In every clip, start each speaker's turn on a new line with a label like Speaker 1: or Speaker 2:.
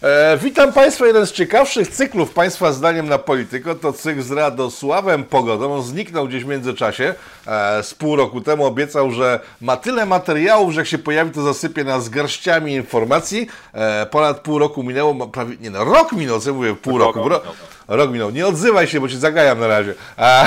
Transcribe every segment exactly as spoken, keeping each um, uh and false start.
Speaker 1: E, witam Państwa. Jeden z ciekawszych cyklów Państwa zdaniem na Polityko to cykl z Radosławem Pogodą. On zniknął gdzieś w międzyczasie. E, z pół roku temu obiecał, że ma tyle materiałów, że jak się pojawi, to zasypie nas garściami informacji. E, ponad pół roku minęło, prawie, nie no, rok minął, co mówię, pół roku. Ro, rok minął. Nie odzywaj się, bo Cię zagajam na razie. E,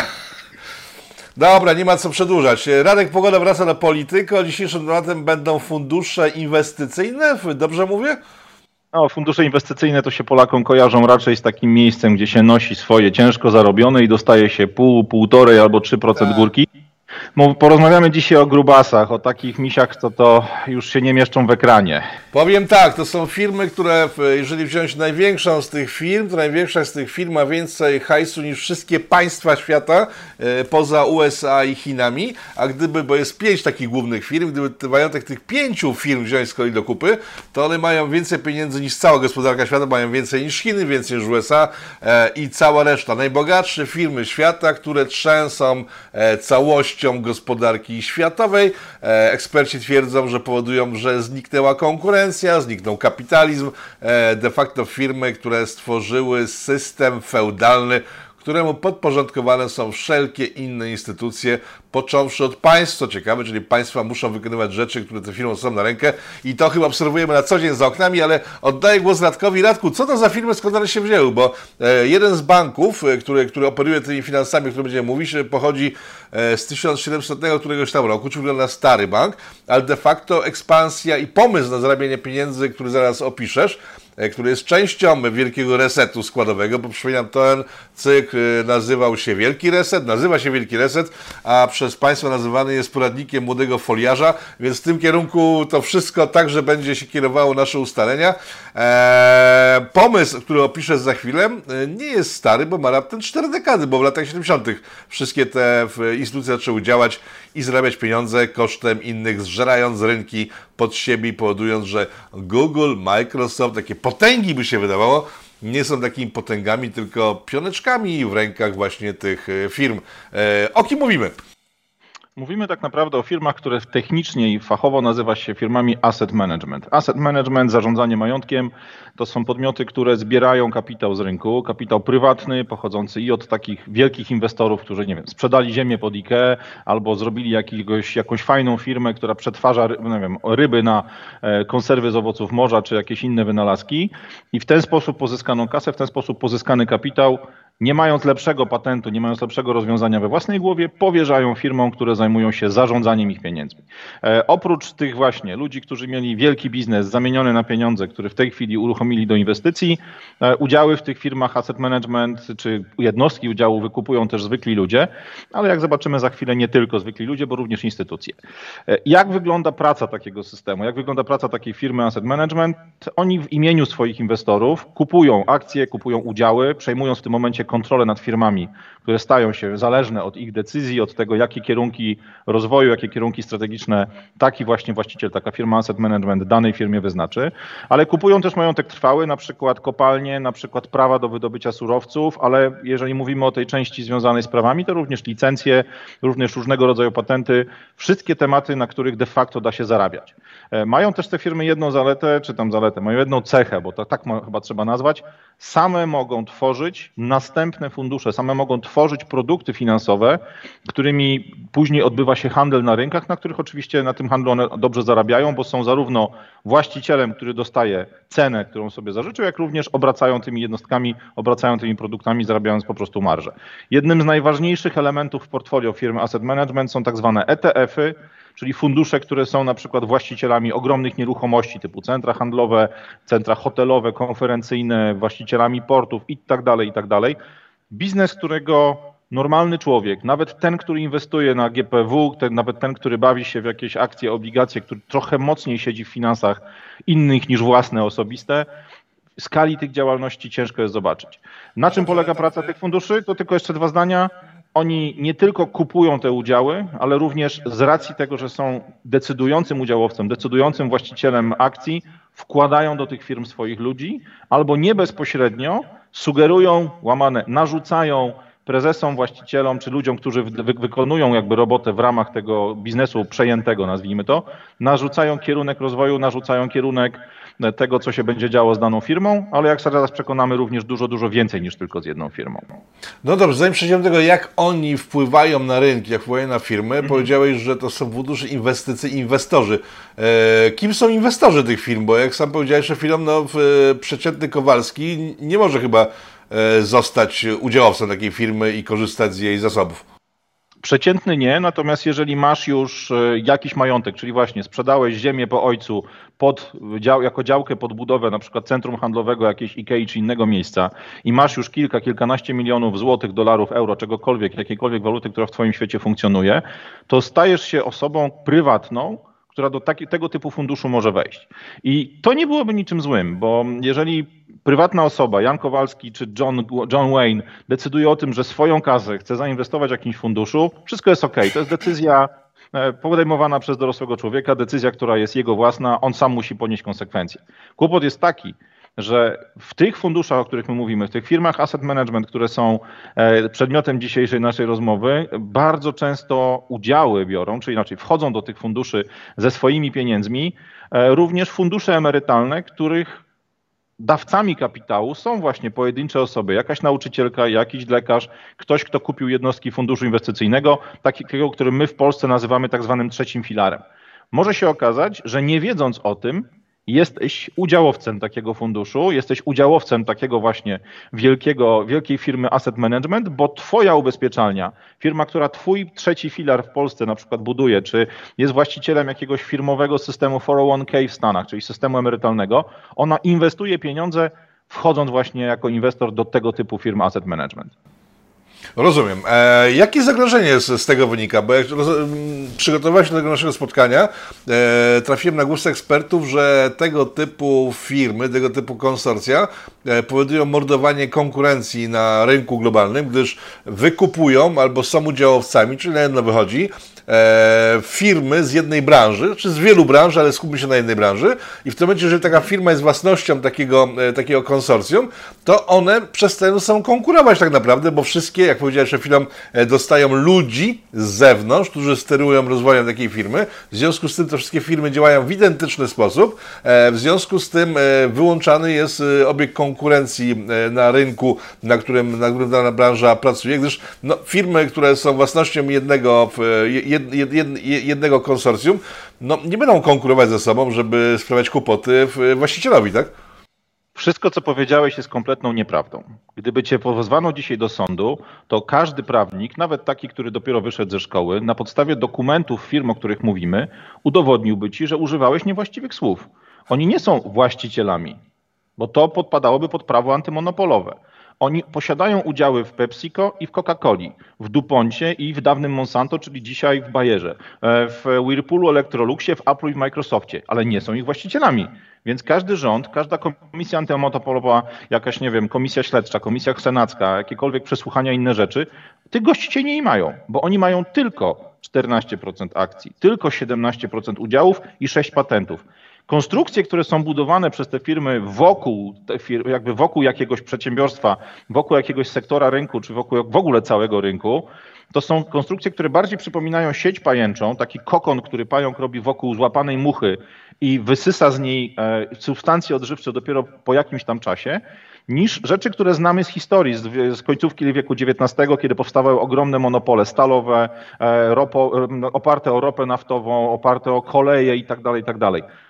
Speaker 1: Dobra, nie ma co przedłużać. Radek Pogoda wraca na Polityko. Dzisiejszym tematem będą fundusze inwestycyjne. Dobrze mówię?
Speaker 2: No, fundusze inwestycyjne to się Polakom kojarzą raczej z takim miejscem, gdzie się nosi swoje ciężko zarobione i dostaje się pół, półtorej albo trzy procent górki. Porozmawiamy dzisiaj o grubasach, o takich misiach, co to już się nie mieszczą w ekranie.
Speaker 1: Powiem tak, to są firmy, które, jeżeli wziąć największą z tych firm, to największa z tych firm ma więcej hajsu niż wszystkie państwa świata e, poza U S A i Chinami, a gdyby, bo jest pięć takich głównych firm, gdyby majątek tych pięciu firm wziąć z kolei do kupy, to one mają więcej pieniędzy niż cała gospodarka świata, mają więcej niż Chiny, więcej niż U S A e, i cała reszta. Najbogatsze firmy świata, które trzęsą e, całością gospodarki światowej. E, eksperci twierdzą, że powodują, że zniknęła konkurencja, zniknął kapitalizm, e, de facto firmy, które stworzyły system feudalny, któremu podporządkowane są wszelkie inne instytucje, począwszy od państw, co ciekawe, czyli państwa muszą wykonywać rzeczy, które te firmy są na rękę i to chyba obserwujemy na co dzień za oknami, ale oddaję głos Radkowi. Radku, co to za firmy, skąd one się wzięły? Bo e, jeden z banków, e, który, który operuje tymi finansami, o których będziemy mówić, pochodzi e, z tysiąc siedemsetnego któregoś tam roku, czyli wygląda na stary bank, ale de facto ekspansja i pomysł na zarabianie pieniędzy, który zaraz opiszesz, który jest częścią wielkiego resetu składowego, bo przypominam, ten cykl nazywał się Wielki Reset, nazywa się Wielki Reset, a przez Państwa nazywany jest poradnikiem młodego foliarza, więc w tym kierunku to wszystko także będzie się kierowało nasze ustalenia. Eee, pomysł, który opiszę za chwilę, nie jest stary, bo ma raptem cztery dekady, bo w latach siedemdziesiątych wszystkie te instytucje zaczęły działać i zarabiać pieniądze kosztem innych, zżerając rynki pod siebie i powodując, że Google, Microsoft, takie potęgi by się wydawało, nie są takimi potęgami, tylko pioneczkami w rękach właśnie tych firm. E, o kim mówimy?
Speaker 2: Mówimy tak naprawdę o firmach, które technicznie i fachowo nazywa się firmami asset management. Asset management, zarządzanie majątkiem, to są podmioty, które zbierają kapitał z rynku, kapitał prywatny, pochodzący i od takich wielkich inwestorów, którzy, nie wiem, sprzedali ziemię pod IKEA albo zrobili jakiegoś, jakąś fajną firmę, która przetwarza, nie wiem, ryby na konserwy z owoców morza czy jakieś inne wynalazki i w ten sposób pozyskaną kasę, w ten sposób pozyskany kapitał, nie mając lepszego patentu, nie mając lepszego rozwiązania we własnej głowie, powierzają firmom, które zajmują się zarządzaniem ich pieniędzmi. E, oprócz tych właśnie ludzi, którzy mieli wielki biznes zamieniony na pieniądze, który w tej chwili uruchomili do inwestycji, e, udziały w tych firmach asset management czy jednostki udziału wykupują też zwykli ludzie, ale jak zobaczymy za chwilę nie tylko zwykli ludzie, bo również instytucje. E, jak wygląda praca takiego systemu? Jak wygląda praca takiej firmy asset management? Oni w imieniu swoich inwestorów kupują akcje, kupują udziały, przejmując w tym momencie kontrolę nad firmami, które stają się zależne od ich decyzji, od tego, jakie kierunki rozwoju, jakie kierunki strategiczne taki właśnie właściciel, taka firma asset management danej firmie wyznaczy, ale kupują też majątek trwały, na przykład kopalnie, na przykład prawa do wydobycia surowców, ale jeżeli mówimy o tej części związanej z prawami, to również licencje, również różnego rodzaju patenty, wszystkie tematy, na których de facto da się zarabiać. Mają też te firmy jedną zaletę, czy tam zaletę, mają jedną cechę, bo to tak chyba trzeba nazwać, same mogą tworzyć następne fundusze, same mogą tworzyć produkty finansowe, którymi później odbywa się handel na rynkach, na których oczywiście na tym handlu one dobrze zarabiają, bo są zarówno właścicielem, który dostaje cenę, którą sobie zażyczył, jak również obracają tymi jednostkami, obracają tymi produktami, zarabiając po prostu marżę. Jednym z najważniejszych elementów w portfolio firmy asset management są tak zwane E T F-y, czyli fundusze, które są na przykład właścicielami ogromnych nieruchomości typu centra handlowe, centra hotelowe, konferencyjne, właścicielami portów i tak dalej, i tak dalej. Biznes, którego normalny człowiek, nawet ten, który inwestuje na G P W, ten, nawet ten, który bawi się w jakieś akcje, obligacje, który trochę mocniej siedzi w finansach innych niż własne, osobiste, skali tych działalności ciężko jest zobaczyć. Na czym polega praca tych funduszy? To tylko jeszcze dwa zdania. Oni nie tylko kupują te udziały, ale również z racji tego, że są decydującym udziałowcem, decydującym właścicielem akcji, wkładają do tych firm swoich ludzi albo nie bezpośrednio sugerują, łamane, narzucają prezesom, właścicielom czy ludziom, którzy wy wykonują jakby robotę w ramach tego biznesu przejętego, nazwijmy to, narzucają kierunek rozwoju, narzucają kierunek tego, co się będzie działo z daną firmą, ale jak zaraz przekonamy, również dużo, dużo więcej niż tylko z jedną firmą.
Speaker 1: No dobrze, zanim przejdziemy do tego, jak oni wpływają na rynki, jak wpływają na firmy, mhm. powiedziałeś, że to są fundusze inwestycji, inwestorzy. E, kim są inwestorzy tych firm? Bo jak sam powiedziałeś, że firm, no, przeciętny Kowalski nie może chyba e, zostać udziałowcem takiej firmy i korzystać z jej zasobów.
Speaker 2: Przeciętny nie, natomiast jeżeli masz już jakiś majątek, czyli właśnie sprzedałeś ziemię po ojcu pod, jako działkę pod budowę na przykład centrum handlowego jakiejś Ikei czy innego miejsca i masz już kilka, kilkanaście milionów złotych, dolarów, euro, czegokolwiek, jakiejkolwiek waluty, która w twoim świecie funkcjonuje, to stajesz się osobą prywatną, która do taki, tego typu funduszu może wejść. I to nie byłoby niczym złym, bo jeżeli prywatna osoba, Jan Kowalski czy John, John Wayne decyduje o tym, że swoją kasę chce zainwestować w jakimś funduszu, wszystko jest okej. To jest decyzja podejmowana przez dorosłego człowieka, decyzja, która jest jego własna, on sam musi ponieść konsekwencje. Kłopot jest taki, że w tych funduszach, o których my mówimy, w tych firmach asset management, które są przedmiotem dzisiejszej naszej rozmowy, bardzo często udziały biorą, czyli inaczej wchodzą do tych funduszy ze swoimi pieniędzmi, również fundusze emerytalne, których dawcami kapitału są właśnie pojedyncze osoby, jakaś nauczycielka, jakiś lekarz, ktoś, kto kupił jednostki funduszu inwestycyjnego, takiego, który my w Polsce nazywamy tak zwanym trzecim filarem. Może się okazać, że nie wiedząc o tym, jesteś udziałowcem takiego funduszu, jesteś udziałowcem takiego właśnie wielkiego, wielkiej firmy asset management, bo twoja ubezpieczalnia, firma, która twój trzeci filar w Polsce na przykład buduje, czy jest właścicielem jakiegoś firmowego systemu cztery zero jeden K w Stanach, czyli systemu emerytalnego, ona inwestuje pieniądze, wchodząc właśnie jako inwestor do tego typu firm asset management.
Speaker 1: Rozumiem. E, jakie zagrożenie z, z tego wynika? Bo jak roz, przygotowywałem się do tego naszego spotkania, e, trafiłem na głos ekspertów, że tego typu firmy, tego typu konsorcja e, powodują mordowanie konkurencji na rynku globalnym, gdyż wykupują albo są udziałowcami, czyli na jedno wychodzi, e, firmy z jednej branży, czy z wielu branż, ale skupmy się na jednej branży i w tym momencie, jeżeli taka firma jest własnością takiego, e, takiego konsorcjum, to one przestają ze sobą konkurować tak naprawdę, bo wszystkie, jak powiedziałem przed chwilą, dostają ludzi z zewnątrz, którzy sterują rozwojem takiej firmy. W związku z tym te wszystkie firmy działają w identyczny sposób. W związku z tym wyłączany jest obiekt konkurencji na rynku, na którym, na którym dana branża pracuje, gdyż no, firmy, które są własnością jednego, jed, jed, jed, jednego konsorcjum, no, nie będą konkurować ze sobą, żeby sprawiać kłopoty właścicielowi, tak?
Speaker 2: Wszystko, co powiedziałeś, jest kompletną nieprawdą. Gdyby cię pozwano dzisiaj do sądu, to każdy prawnik, nawet taki, który dopiero wyszedł ze szkoły, na podstawie dokumentów firm, o których mówimy, udowodniłby ci, że używałeś niewłaściwych słów. Oni nie są właścicielami, bo to podpadałoby pod prawo antymonopolowe. Oni posiadają udziały w PepsiCo i w Coca-Coli, w DuPoncie i w dawnym Monsanto, czyli dzisiaj w Bayerze, w Whirlpoolu, Electroluxie, w Apple i w Microsoftie, ale nie są ich właścicielami. Więc każdy rząd, każda komisja antymonopolowa, jakaś, nie wiem, komisja śledcza, komisja senacka, jakiekolwiek przesłuchania, inne rzeczy, tych gości nie mają, bo oni mają tylko czternaście procent akcji, tylko siedemnaście procent udziałów i sześć patentów. Konstrukcje, które są budowane przez te firmy wokół, te firmy, jakby wokół jakiegoś przedsiębiorstwa, wokół jakiegoś sektora rynku, czy wokół w ogóle całego rynku, to są konstrukcje, które bardziej przypominają sieć pajęczą, taki kokon, który pająk robi wokół złapanej muchy i wysysa z niej substancje odżywcze dopiero po jakimś tam czasie, niż rzeczy, które znamy z historii, z, z końcówki wieku dziewiętnastego, kiedy powstawały ogromne monopole stalowe, ropo, oparte o ropę naftową, oparte o koleje itd., itd.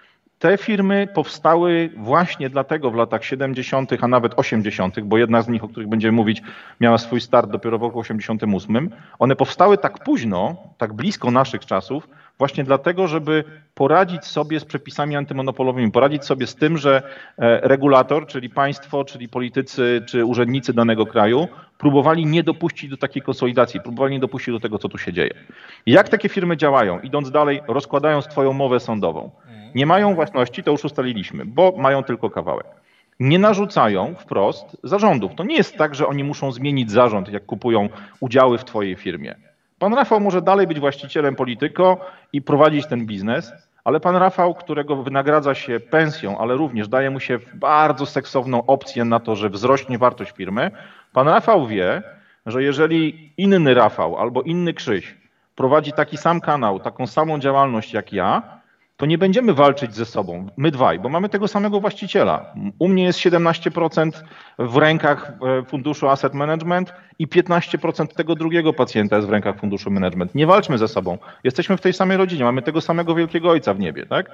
Speaker 2: Te firmy powstały właśnie dlatego w latach siedemdziesiątych, a nawet osiemdziesiątych, bo jedna z nich, o których będziemy mówić, miała swój start dopiero w roku osiemdziesiątym ósmym. One powstały tak późno, tak blisko naszych czasów, właśnie dlatego, żeby poradzić sobie z przepisami antymonopolowymi, poradzić sobie z tym, że regulator, czyli państwo, czyli politycy, czy urzędnicy danego kraju próbowali nie dopuścić do takiej konsolidacji, próbowali nie dopuścić do tego, co tu się dzieje. I jak takie firmy działają? Idąc dalej, rozkładając twoją mowę sądową. Nie mają własności, to już ustaliliśmy, bo mają tylko kawałek. Nie narzucają wprost zarządów. To nie jest tak, że oni muszą zmienić zarząd, jak kupują udziały w twojej firmie. Pan Rafał może dalej być właścicielem Polityko i prowadzić ten biznes, ale pan Rafał, którego wynagradza się pensją, ale również daje mu się bardzo seksowną opcję na to, że wzrośnie wartość firmy, pan Rafał wie, że jeżeli inny Rafał albo inny Krzyś prowadzi taki sam kanał, taką samą działalność jak ja, to nie będziemy walczyć ze sobą, my dwaj, bo mamy tego samego właściciela. U mnie jest siedemnaście procent w rękach funduszu Asset Management i piętnaście procent tego drugiego pacjenta jest w rękach funduszu Management. Nie walczmy ze sobą. Jesteśmy w tej samej rodzinie, mamy tego samego wielkiego ojca w niebie, tak?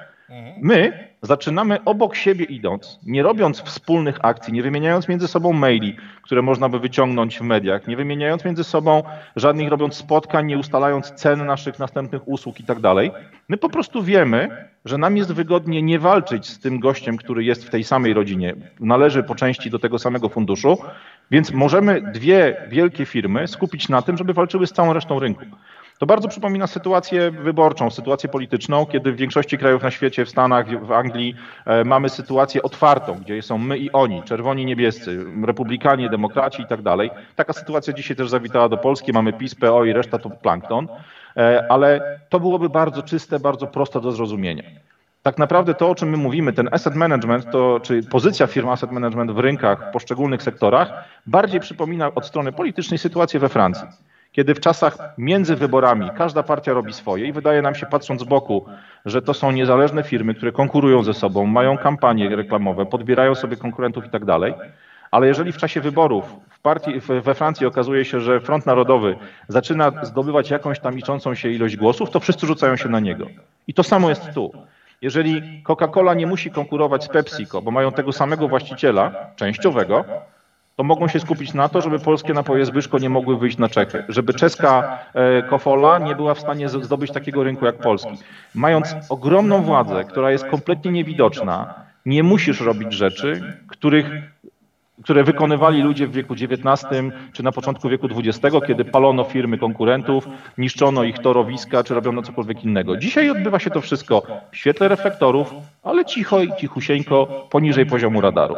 Speaker 2: My zaczynamy obok siebie idąc, nie robiąc wspólnych akcji, nie wymieniając między sobą maili, które można by wyciągnąć w mediach, nie wymieniając między sobą żadnych robiąc spotkań, nie ustalając cen naszych następnych usług i tak dalej. My po prostu wiemy, że nam jest wygodnie nie walczyć z tym gościem, który jest w tej samej rodzinie, należy po części do tego samego funduszu, więc możemy dwie wielkie firmy skupić na tym, żeby walczyły z całą resztą rynku. To bardzo przypomina sytuację wyborczą, sytuację polityczną, kiedy w większości krajów na świecie, w Stanach, w Anglii e, mamy sytuację otwartą, gdzie są my i oni, czerwoni, niebiescy, republikanie, demokraci i tak dalej. Taka sytuacja dzisiaj też zawitała do Polski, mamy PiS, P O i reszta to plankton, e, ale to byłoby bardzo czyste, bardzo proste do zrozumienia. Tak naprawdę to, o czym my mówimy, ten asset management, to, czy pozycja firm asset management w rynkach, w poszczególnych sektorach, bardziej przypomina od strony politycznej sytuację we Francji. Kiedy w czasach między wyborami każda partia robi swoje i wydaje nam się, patrząc z boku, że to są niezależne firmy, które konkurują ze sobą, mają kampanie reklamowe, podbierają sobie konkurentów i tak dalej, ale jeżeli w czasie wyborów w partii, we Francji okazuje się, że Front Narodowy zaczyna zdobywać jakąś tam liczącą się ilość głosów, to wszyscy rzucają się na niego. I to samo jest tu. Jeżeli Coca-Cola nie musi konkurować z PepsiCo, bo mają tego samego właściciela, częściowego, to mogą się skupić na to, żeby polskie napoje Zbyszko nie mogły wyjść na Czechy, żeby czeska e, Kofola nie była w stanie zdobyć takiego rynku jak polski. Mając ogromną władzę, która jest kompletnie niewidoczna, nie musisz robić rzeczy, których, które wykonywali ludzie w wieku dziewiętnastym czy na początku wieku dwudziestego, kiedy palono firmy konkurentów, niszczono ich torowiska, czy robiono cokolwiek innego. Dzisiaj odbywa się to wszystko w świetle reflektorów, ale cicho i cichusieńko poniżej poziomu radaru.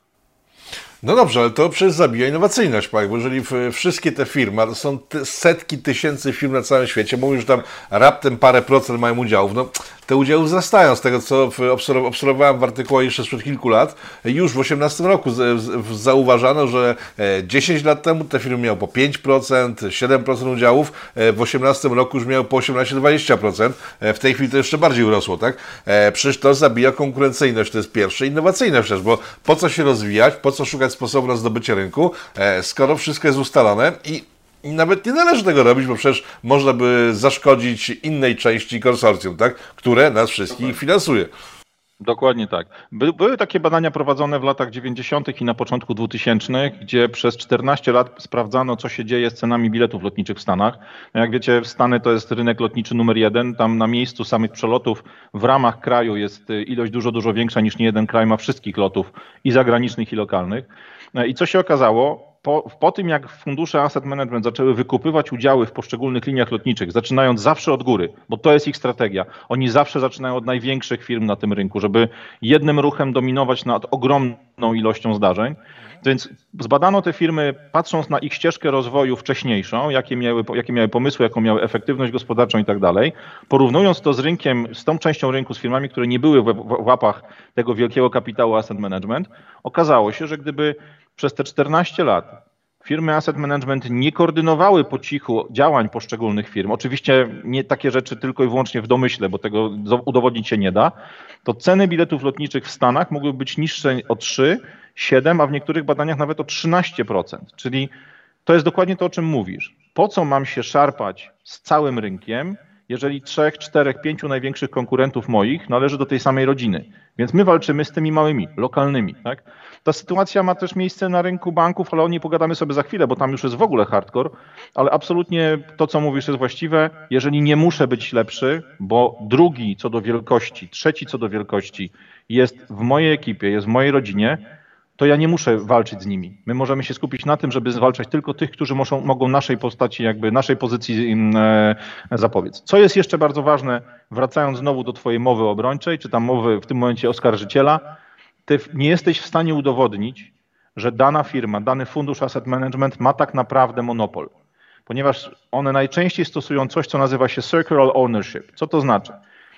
Speaker 1: No dobrze, ale to przecież zabija innowacyjność, bo jeżeli wszystkie te firmy, to są setki tysięcy firm na całym świecie, mówisz, że tam raptem parę procent mają udziałów, no te udziały wzrastają. Z tego, co obserwowałem w artykułach jeszcze sprzed kilku lat, już w osiemnastym roku zauważano, że dziesięć lat temu te firmy miały po pięć procent, siedem procent udziałów, w osiemnastym roku już miały po osiemnaście do dwudziestu procent, w tej chwili to jeszcze bardziej urosło, tak? Przecież to zabija konkurencyjność, to jest pierwsze, innowacyjność też, bo po co się rozwijać, po co szukać sposobu na zdobycie rynku, skoro wszystko jest ustalone i I nawet nie należy tego robić, bo przecież można by zaszkodzić innej części konsorcjum, tak? Które nas wszystkich finansuje.
Speaker 2: Dokładnie tak. By, były takie badania prowadzone w latach dziewięćdziesiątych i na początku dwutysięcznych, gdzie przez czternaście lat sprawdzano, co się dzieje z cenami biletów lotniczych w Stanach. Jak wiecie, Stany to jest rynek lotniczy numer jeden. Tam na miejscu samych przelotów w ramach kraju jest ilość dużo, dużo większa niż niejeden kraj ma wszystkich lotów i zagranicznych, i lokalnych. I co się okazało? Po, po tym, jak fundusze asset management zaczęły wykupywać udziały w poszczególnych liniach lotniczych, zaczynając zawsze od góry, bo to jest ich strategia. Oni zawsze zaczynają od największych firm na tym rynku, żeby jednym ruchem dominować nad ogromną ilością zdarzeń. Więc zbadano te firmy, patrząc na ich ścieżkę rozwoju wcześniejszą, jakie miały, jakie miały pomysły, jaką miały efektywność gospodarczą i tak dalej, porównując to z rynkiem, z tą częścią rynku, z firmami, które nie były w, w łapach tego wielkiego kapitału asset management, okazało się, że gdyby przez te czternaście lat firmy asset management nie koordynowały po cichu działań poszczególnych firm, oczywiście nie takie rzeczy tylko i wyłącznie w domyśle, bo tego udowodnić się nie da, to ceny biletów lotniczych w Stanach mogły być niższe o trzy, siedem, a w niektórych badaniach nawet o trzynaście procent. Czyli to jest dokładnie to, o czym mówisz. Po co mam się szarpać z całym rynkiem, jeżeli trzech, czterech, pięciu największych konkurentów moich należy do tej samej rodziny? Więc my walczymy z tymi małymi, lokalnymi, tak? Ta sytuacja ma też miejsce na rynku banków, ale o niej pogadamy sobie za chwilę, bo tam już jest w ogóle hardcore, ale absolutnie to, co mówisz, jest właściwe. Jeżeli nie muszę być lepszy, bo drugi co do wielkości, trzeci co do wielkości jest w mojej ekipie, jest w mojej rodzinie, to ja nie muszę walczyć z nimi. My możemy się skupić na tym, żeby zwalczać tylko tych, którzy muszą, mogą naszej postaci, jakby naszej pozycji e, zapobiec. Co jest jeszcze bardzo ważne, wracając znowu do twojej mowy obrończej, czy tam mowy w tym momencie oskarżyciela, ty nie jesteś w stanie udowodnić, że dana firma, dany fundusz asset management ma tak naprawdę monopol, ponieważ one najczęściej stosują coś, co nazywa się circular ownership. Co to znaczy?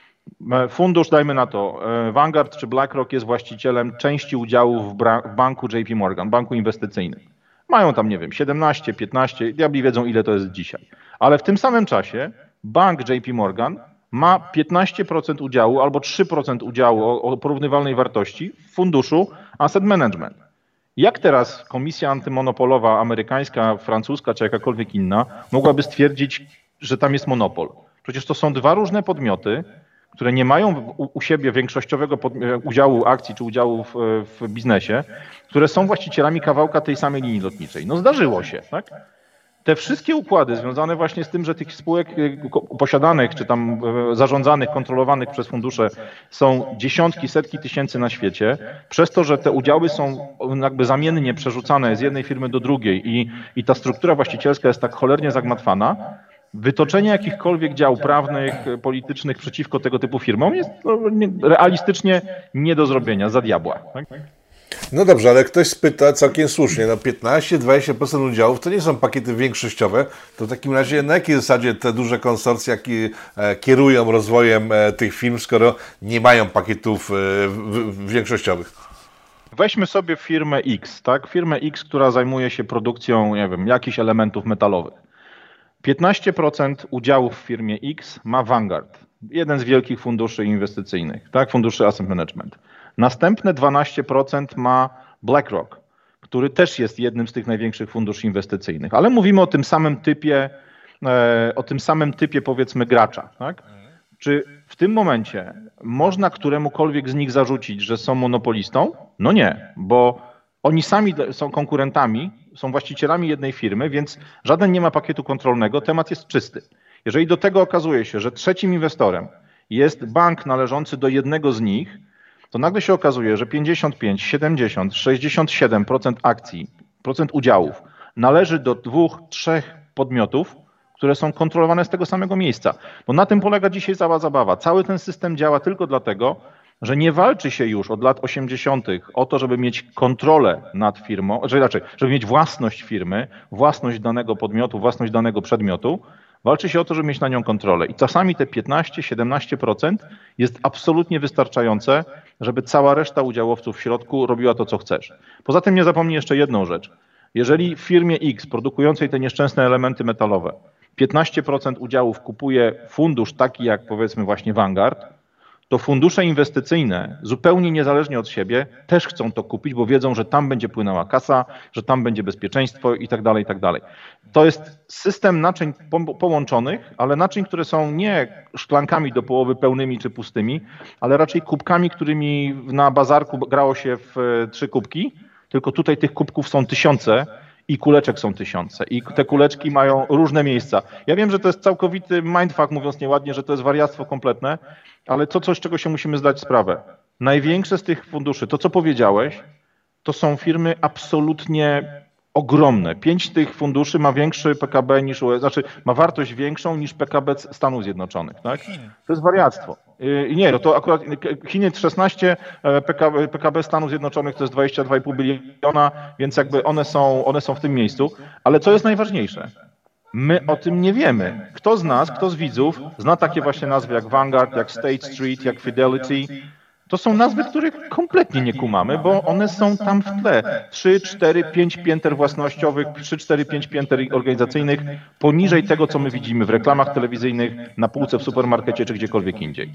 Speaker 2: Fundusz, dajmy na to, Vanguard czy BlackRock jest właścicielem części udziałów w, w banku J P Morgan, banku inwestycyjnym. Mają tam, nie wiem, siedemnaście, piętnaście, diabli wiedzą, ile to jest dzisiaj. Ale w tym samym czasie bank J P Morgan ma piętnaście procent udziału albo trzy procent udziału o, o porównywalnej wartości w funduszu Asset Management. Jak teraz komisja antymonopolowa amerykańska, francuska czy jakakolwiek inna mogłaby stwierdzić, że tam jest monopol? Przecież to są dwa różne podmioty, które nie mają u, u siebie większościowego pod, udziału akcji czy udziału w, w biznesie, które są właścicielami kawałka tej samej linii lotniczej. No zdarzyło się, tak? Te wszystkie układy związane właśnie z tym, że tych spółek posiadanych, czy tam zarządzanych, kontrolowanych przez fundusze są dziesiątki, setki tysięcy na świecie, przez to, że te udziały są jakby zamiennie przerzucane z jednej firmy do drugiej i, i ta struktura właścicielska jest tak cholernie zagmatwana, wytoczenie jakichkolwiek dział prawnych, politycznych przeciwko tego typu firmom jest no, realistycznie nie do zrobienia, za diabła. Tak?
Speaker 1: No dobrze, ale ktoś spyta całkiem słusznie, no piętnaście do dwudziestu procent udziałów to nie są pakiety większościowe, to w takim razie na jakiej zasadzie te duże konsorcja kierują rozwojem tych firm, skoro nie mają pakietów większościowych?
Speaker 2: Weźmy sobie firmę X, tak? Firmę X, która zajmuje się produkcją, nie wiem, jakichś elementów metalowych. piętnaście procent udziałów w firmie X ma Vanguard, jeden z wielkich funduszy inwestycyjnych, tak? Funduszy Asset Management. Następne dwanaście procent ma BlackRock, który też jest jednym z tych największych funduszy inwestycyjnych, ale mówimy o tym samym typie, o tym samym typie powiedzmy gracza, tak? Czy w tym momencie można któremukolwiek z nich zarzucić, że są monopolistą? No nie, bo oni sami są konkurentami, są właścicielami jednej firmy, więc żaden nie ma pakietu kontrolnego, temat jest czysty. Jeżeli do tego okazuje się, że trzecim inwestorem jest bank należący do jednego z nich, to nagle się okazuje, że pięćdziesiąt pięć, siedemdziesiąt, sześćdziesiąt siedem procent akcji, procent udziałów należy do dwóch, trzech podmiotów, które są kontrolowane z tego samego miejsca. Bo na tym polega dzisiaj cała zabawa. Cały ten system działa tylko dlatego, że nie walczy się już od lat osiemdziesiątych o to, żeby mieć kontrolę nad firmą, czyli raczej, żeby mieć własność firmy, własność danego podmiotu, własność danego przedmiotu. Walczy się o to, żeby mieć na nią kontrolę. I czasami te piętnaście, siedemnaście procent jest absolutnie wystarczające, żeby cała reszta udziałowców w środku robiła to, co chcesz. Poza tym nie zapomnij jeszcze jedną rzecz. Jeżeli w firmie X produkującej te nieszczęsne elementy metalowe piętnaście procent udziałów kupuje fundusz taki jak powiedzmy właśnie Vanguard, to fundusze inwestycyjne zupełnie niezależnie od siebie też chcą to kupić, bo wiedzą, że tam będzie płynęła kasa, że tam będzie bezpieczeństwo i tak dalej, i tak dalej. To jest system naczyń połączonych, ale naczyń, które są nie szklankami do połowy pełnymi czy pustymi, ale raczej kubkami, którymi na bazarku grało się w trzy kubki, tylko tutaj tych kubków są tysiące i kuleczek są tysiące i te kuleczki mają różne miejsca. Ja wiem, że to jest całkowity mindfuck, mówiąc nieładnie, że to jest wariactwo kompletne, ale to coś, z czego się musimy zdać sprawę. Największe z tych funduszy, to co powiedziałeś, to są firmy absolutnie ogromne. Pięć tych funduszy ma większy P K B niż U S A, znaczy ma wartość większą niż P K B Stanów Zjednoczonych. Tak? To jest wariactwo. I nie, no to akurat Chiny szesnaście, P K B Stanów Zjednoczonych to jest dwadzieścia dwa i pół biliona, więc jakby one są, one są w tym miejscu. Ale co jest najważniejsze? My o tym nie wiemy. Kto z nas, kto z widzów zna takie właśnie nazwy jak Vanguard, jak State Street, jak Fidelity? To są nazwy, których kompletnie nie kumamy, bo one są tam w tle. trzy, cztery, pięć pięter własnościowych, trzy, cztery, pięć pięter organizacyjnych poniżej tego, co my widzimy w reklamach telewizyjnych, na półce w supermarkecie czy gdziekolwiek indziej.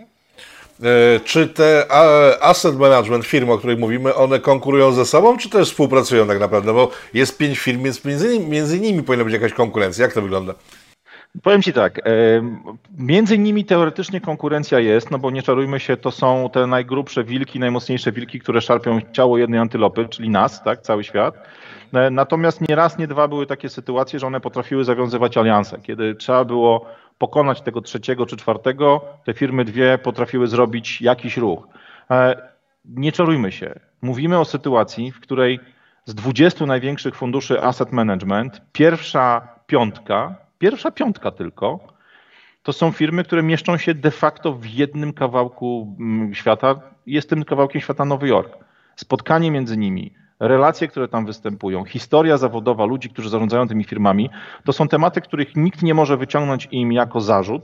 Speaker 1: Czy te asset management, firmy, o których mówimy, one konkurują ze sobą, czy też współpracują tak naprawdę? Bo jest pięć firm, więc między, między nimi powinna być jakaś konkurencja. Jak to wygląda?
Speaker 2: Powiem Ci tak, między nimi teoretycznie konkurencja jest, no bo nie czarujmy się, to są te najgrubsze wilki, najmocniejsze wilki, które szarpią ciało jednej antylopy, czyli nas, tak, cały świat. Natomiast nie raz, nie dwa były takie sytuacje, że one potrafiły zawiązywać alianse. Kiedy trzeba było pokonać tego trzeciego czy czwartego, te firmy dwie potrafiły zrobić jakiś ruch. Nie czarujmy się, mówimy o sytuacji, w której z dwudziestu największych funduszy asset management pierwsza piątka, Pierwsza piątka tylko, to są firmy, które mieszczą się de facto w jednym kawałku świata. Jest tym kawałkiem świata Nowy Jork. Spotkanie między nimi, relacje, które tam występują, historia zawodowa ludzi, którzy zarządzają tymi firmami, to są tematy, których nikt nie może wyciągnąć im jako zarzut,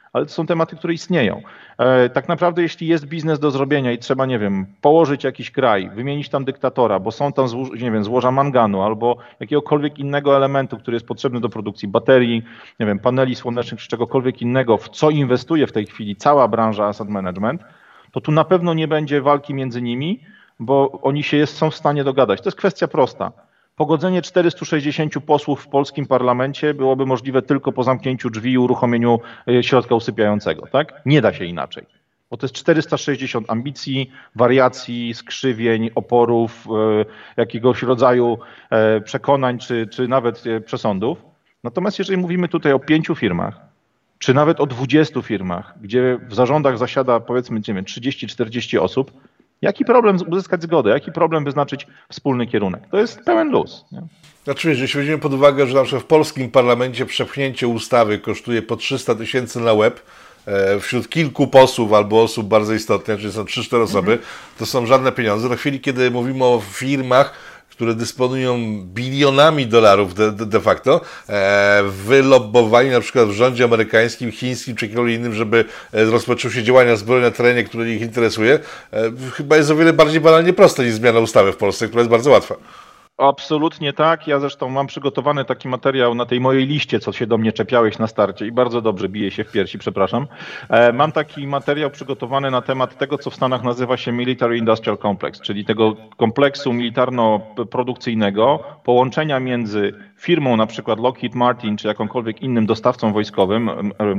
Speaker 2: ale to są tematy, które istnieją. Tak naprawdę jeśli jest biznes do zrobienia i trzeba, nie wiem, położyć jakiś kraj, wymienić tam dyktatora, bo są tam, nie wiem, złoża manganu albo jakiegokolwiek innego elementu, który jest potrzebny do produkcji baterii, nie wiem, paneli słonecznych czy czegokolwiek innego, w co inwestuje w tej chwili cała branża asset management, to tu na pewno nie będzie walki między nimi, bo oni się jest, są w stanie dogadać. To jest kwestia prosta. Pogodzenie czterystu sześćdziesięciu posłów w polskim parlamencie byłoby możliwe tylko po zamknięciu drzwi i uruchomieniu środka usypiającego, tak? Nie da się inaczej, bo to jest czterysta sześćdziesiąt ambicji, wariacji, skrzywień, oporów, jakiegoś rodzaju przekonań czy, czy nawet przesądów. Natomiast jeżeli mówimy tutaj o pięciu firmach, czy nawet o dwudziestu firmach, gdzie w zarządach zasiada powiedzmy nie wiem, trzydzieści czterdzieści osób, jaki problem uzyskać zgodę, jaki problem wyznaczyć wspólny kierunek? To jest pełen luz. Nie?
Speaker 1: Znaczy, jeśli weźmiemy pod uwagę, że na przykład w polskim parlamencie przepchnięcie ustawy kosztuje po trzysta tysięcy na łeb, e, wśród kilku posłów albo osób bardzo istotnych, czyli są trzy cztery osoby, mhm. to są żadne pieniądze. Na chwili, kiedy mówimy o firmach, które dysponują bilionami dolarów de, de, de facto, e, wylobbowani na przykład w rządzie amerykańskim, chińskim czy jakimkolwiek innym, żeby rozpoczęły się działania zbrojne na terenie, które ich interesuje, e, chyba jest o wiele bardziej banalnie proste niż zmiana ustawy w Polsce, która jest bardzo łatwa.
Speaker 2: Absolutnie tak. Ja zresztą mam przygotowany taki materiał na tej mojej liście, co się do mnie czepiałeś na starcie i bardzo dobrze bije się w piersi, przepraszam. Mam taki materiał przygotowany na temat tego, co w Stanach nazywa się Military Industrial Complex, czyli tego kompleksu militarno-produkcyjnego, połączenia między firmą na przykład Lockheed Martin czy jakąkolwiek innym dostawcą wojskowym,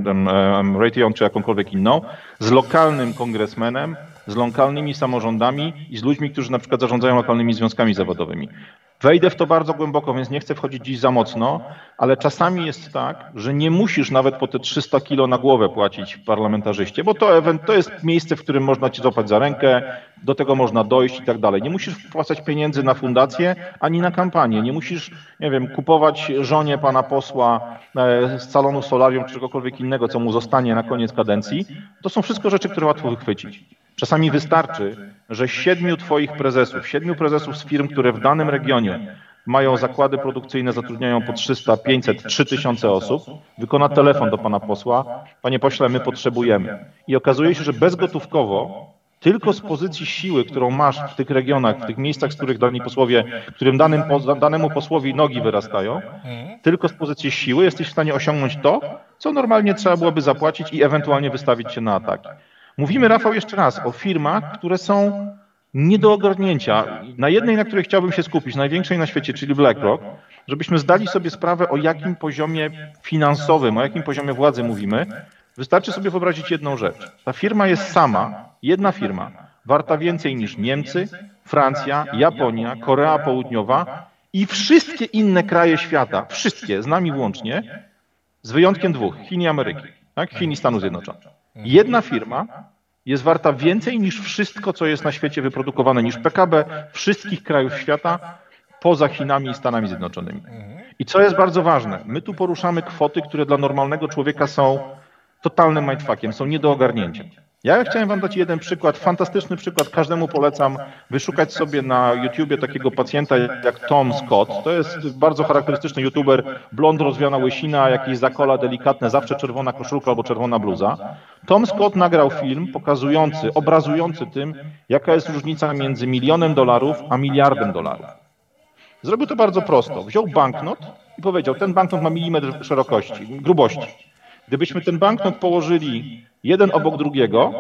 Speaker 2: Raytheon czy jakąkolwiek inną, z lokalnym kongresmenem, z lokalnymi samorządami i z ludźmi, którzy na przykład zarządzają lokalnymi związkami zawodowymi. Wejdę w to bardzo głęboko, więc nie chcę wchodzić dziś za mocno, ale czasami jest tak, że nie musisz nawet po te trzysta kilo na głowę płacić parlamentarzyście, bo to, to jest miejsce, w którym można cię złapać za rękę, do tego można dojść i tak dalej. Nie musisz wpłacać pieniędzy na fundację, ani na kampanię. Nie musisz, nie wiem, kupować żonie pana posła z salonu solarium czy czegokolwiek innego, co mu zostanie na koniec kadencji. To są wszystko rzeczy, które łatwo wychwycić. Czasami wystarczy, że siedmiu twoich prezesów, siedmiu prezesów z firm, które w danym regionie mają zakłady produkcyjne, zatrudniają po trzysta, pięćset, trzy tysiące osób, wykona telefon do pana posła, panie pośle, my potrzebujemy. I okazuje się, że bezgotówkowo, tylko z pozycji siły, którą masz w tych regionach, w tych miejscach, z których dani posłowie, którym danym, danemu posłowi nogi wyrastają, tylko z pozycji siły jesteś w stanie osiągnąć to, co normalnie trzeba byłoby zapłacić i ewentualnie wystawić się na ataki. Mówimy, Rafał, jeszcze raz o firmach, które są nie do ogarnięcia. Na jednej, na której chciałbym się skupić, największej na świecie, czyli BlackRock, żebyśmy zdali sobie sprawę, o jakim poziomie finansowym, o jakim poziomie władzy mówimy. Wystarczy sobie wyobrazić jedną rzecz. Ta firma jest sama, jedna firma, warta więcej niż Niemcy, Francja, Japonia, Korea Południowa i wszystkie inne kraje świata, wszystkie, z nami włącznie, z wyjątkiem dwóch, Chin i Ameryki, tak? Chin i Stanów Zjednoczonych. Jedna firma jest warta więcej niż wszystko, co jest na świecie wyprodukowane, niż P K B wszystkich krajów świata poza Chinami i Stanami Zjednoczonymi. I co jest bardzo ważne, my tu poruszamy kwoty, które dla normalnego człowieka są totalnym mindfuckiem, są nie do ogarnięcia. Ja chciałem wam dać jeden przykład, fantastyczny przykład, każdemu polecam wyszukać sobie na YouTubie takiego pacjenta jak Tom Scott. To jest bardzo charakterystyczny youtuber, blond, rozwiana łysina, jakieś zakola delikatne, zawsze czerwona koszulka albo czerwona bluza. Tom Scott nagrał film pokazujący, obrazujący tym, jaka jest różnica między milionem dolarów a miliardem dolarów. Zrobił to bardzo prosto. Wziął banknot i powiedział, ten banknot ma milimetr szerokości, grubości. Gdybyśmy ten banknot położyli jeden obok drugiego,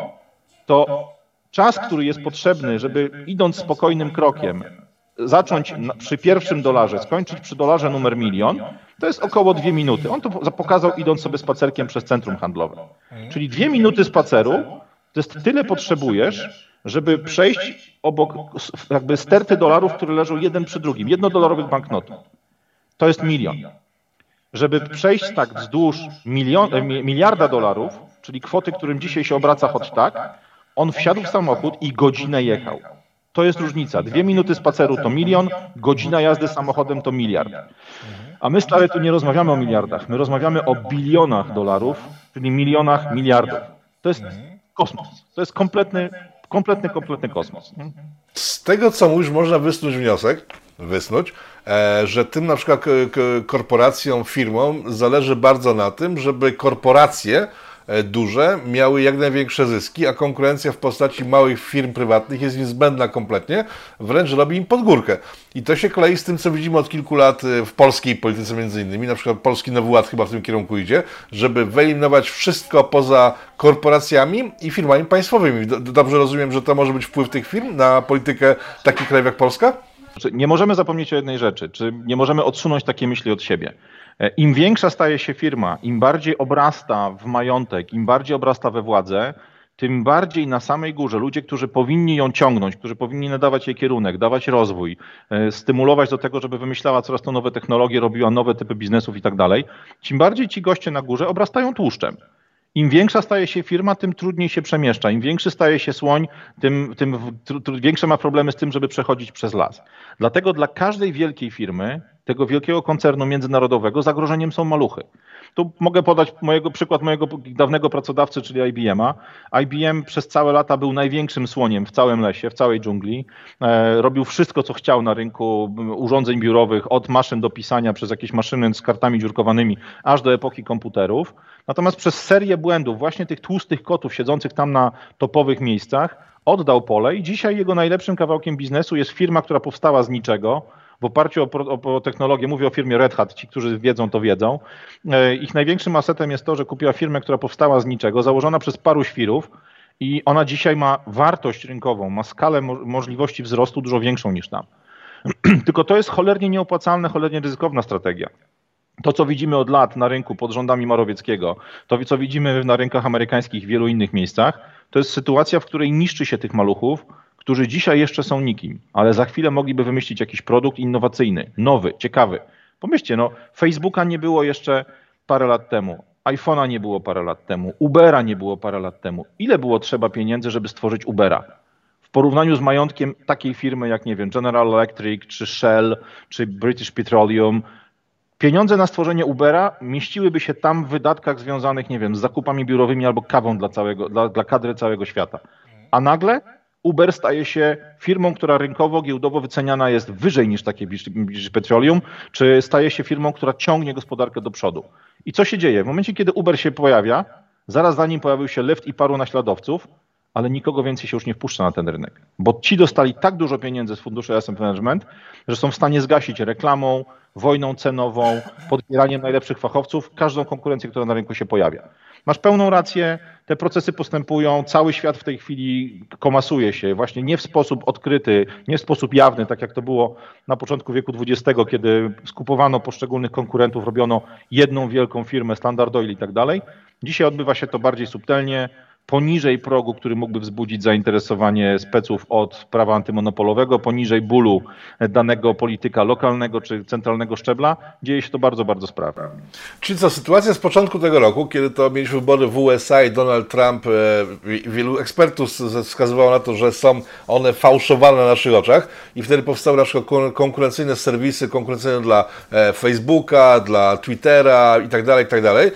Speaker 2: to czas, który jest potrzebny, żeby idąc spokojnym krokiem zacząć przy pierwszym dolarze, skończyć przy dolarze numer milion, to jest około dwie minuty. On to pokazał idąc sobie spacerkiem przez centrum handlowe. Czyli dwie minuty spaceru, to jest tyle potrzebujesz, żeby przejść obok jakby sterty dolarów, które leżą jeden przy drugim, jednodolarowych banknotów. To jest milion. Żeby przejść tak wzdłuż milion, miliarda dolarów, czyli kwoty, którym dzisiaj się obraca choć tak, on wsiadł w samochód i godzinę jechał. To jest różnica. Dwie minuty spaceru to milion, godzina jazdy samochodem to miliard. A my, stary, tu nie rozmawiamy o miliardach, my rozmawiamy o bilionach dolarów, czyli milionach miliardów. To jest kosmos. To jest kompletny, kompletny, kompletny kosmos.
Speaker 1: Z tego, co mówisz, można wysnuć wniosek, wysnuć, że tym na przykład korporacjom, firmom zależy bardzo na tym, żeby korporacje duże miały jak największe zyski, a konkurencja w postaci małych firm prywatnych jest niezbędna kompletnie, wręcz robi im pod górkę. I to się klei z tym, co widzimy od kilku lat w polskiej polityce między innymi, na przykład Polski Nowy Ład chyba w tym kierunku idzie, żeby wyeliminować wszystko poza korporacjami i firmami państwowymi. Dobrze rozumiem, że to może być wpływ tych firm na politykę takich krajów jak Polska?
Speaker 2: Nie możemy zapomnieć o jednej rzeczy, czy nie możemy odsunąć takiej myśli od siebie. Im większa staje się firma, im bardziej obrasta w majątek, im bardziej obrasta we władzę, tym bardziej na samej górze ludzie, którzy powinni ją ciągnąć, którzy powinni nadawać jej kierunek, dawać rozwój, stymulować do tego, żeby wymyślała coraz to nowe technologie, robiła nowe typy biznesów i tak dalej, tym bardziej ci goście na górze obrastają tłuszczem. Im większa staje się firma, tym trudniej się przemieszcza. Im większy staje się słoń, tym, tym większe ma problemy z tym, żeby przechodzić przez las. Dlatego dla każdej wielkiej firmy, tego wielkiego koncernu międzynarodowego zagrożeniem są maluchy. Tu mogę podać mojego, przykład mojego dawnego pracodawcy, czyli I B M a. I B M przez całe lata był największym słoniem w całym lesie, w całej dżungli. E, robił wszystko, co chciał na rynku urządzeń biurowych, od maszyn do pisania przez jakieś maszyny z kartami dziurkowanymi, aż do epoki komputerów. Natomiast przez serię błędów, właśnie tych tłustych kotów siedzących tam na topowych miejscach, oddał pole i dzisiaj jego najlepszym kawałkiem biznesu jest firma, która powstała z niczego, w oparciu o, o technologię, mówię o firmie Red Hat, ci, którzy wiedzą, to wiedzą. Ich największym asetem jest to, że kupiła firmę, która powstała z niczego, założona przez paru świrów i ona dzisiaj ma wartość rynkową, ma skalę mo możliwości wzrostu dużo większą niż tam. Tylko to jest cholernie nieopłacalna, cholernie ryzykowna strategia. To, co widzimy od lat na rynku pod rządami Morawieckiego, to, co widzimy na rynkach amerykańskich i w wielu innych miejscach, to jest sytuacja, w której niszczy się tych maluchów, którzy dzisiaj jeszcze są nikim, ale za chwilę mogliby wymyślić jakiś produkt innowacyjny, nowy, ciekawy. Pomyślcie, no Facebooka nie było jeszcze parę lat temu, iPhone'a nie było parę lat temu, Ubera nie było parę lat temu. Ile było trzeba pieniędzy, żeby stworzyć Ubera? W porównaniu z majątkiem takiej firmy jak, nie wiem, General Electric, czy Shell, czy British Petroleum, pieniądze na stworzenie Ubera mieściłyby się tam w wydatkach związanych, nie wiem, z zakupami biurowymi albo kawą dla, całego, dla, dla kadry całego świata. A nagle Uber staje się firmą, która rynkowo, giełdowo wyceniana jest wyżej niż takie British Petroleum, czy staje się firmą, która ciągnie gospodarkę do przodu. I co się dzieje? W momencie, kiedy Uber się pojawia, zaraz za nim pojawił się Lyft i paru naśladowców, ale nikogo więcej się już nie wpuszcza na ten rynek. Bo ci dostali tak dużo pieniędzy z funduszu Asset Management, że są w stanie zgasić reklamą, wojną cenową, podbieraniem najlepszych fachowców, każdą konkurencję, która na rynku się pojawia. Masz pełną rację, te procesy postępują, cały świat w tej chwili komasuje się właśnie nie w sposób odkryty, nie w sposób jawny, tak jak to było na początku wieku dwudziestego, kiedy skupowano poszczególnych konkurentów, robiono jedną wielką firmę, Standard Oil i tak dalej. Dzisiaj odbywa się to bardziej subtelnie, poniżej progu, który mógłby wzbudzić zainteresowanie speców od prawa antymonopolowego, poniżej bólu danego polityka lokalnego czy centralnego szczebla, dzieje się to bardzo, bardzo sprawnie.
Speaker 1: Czyli co, sytuacja z początku tego roku, kiedy to mieliśmy wybory w U S A i Donald Trump, wielu ekspertów wskazywało na to, że są one fałszowane na naszych oczach i wtedy powstały na przykład konkurencyjne serwisy, konkurencyjne dla Facebooka, dla Twittera i tak dalej, i tak dalej.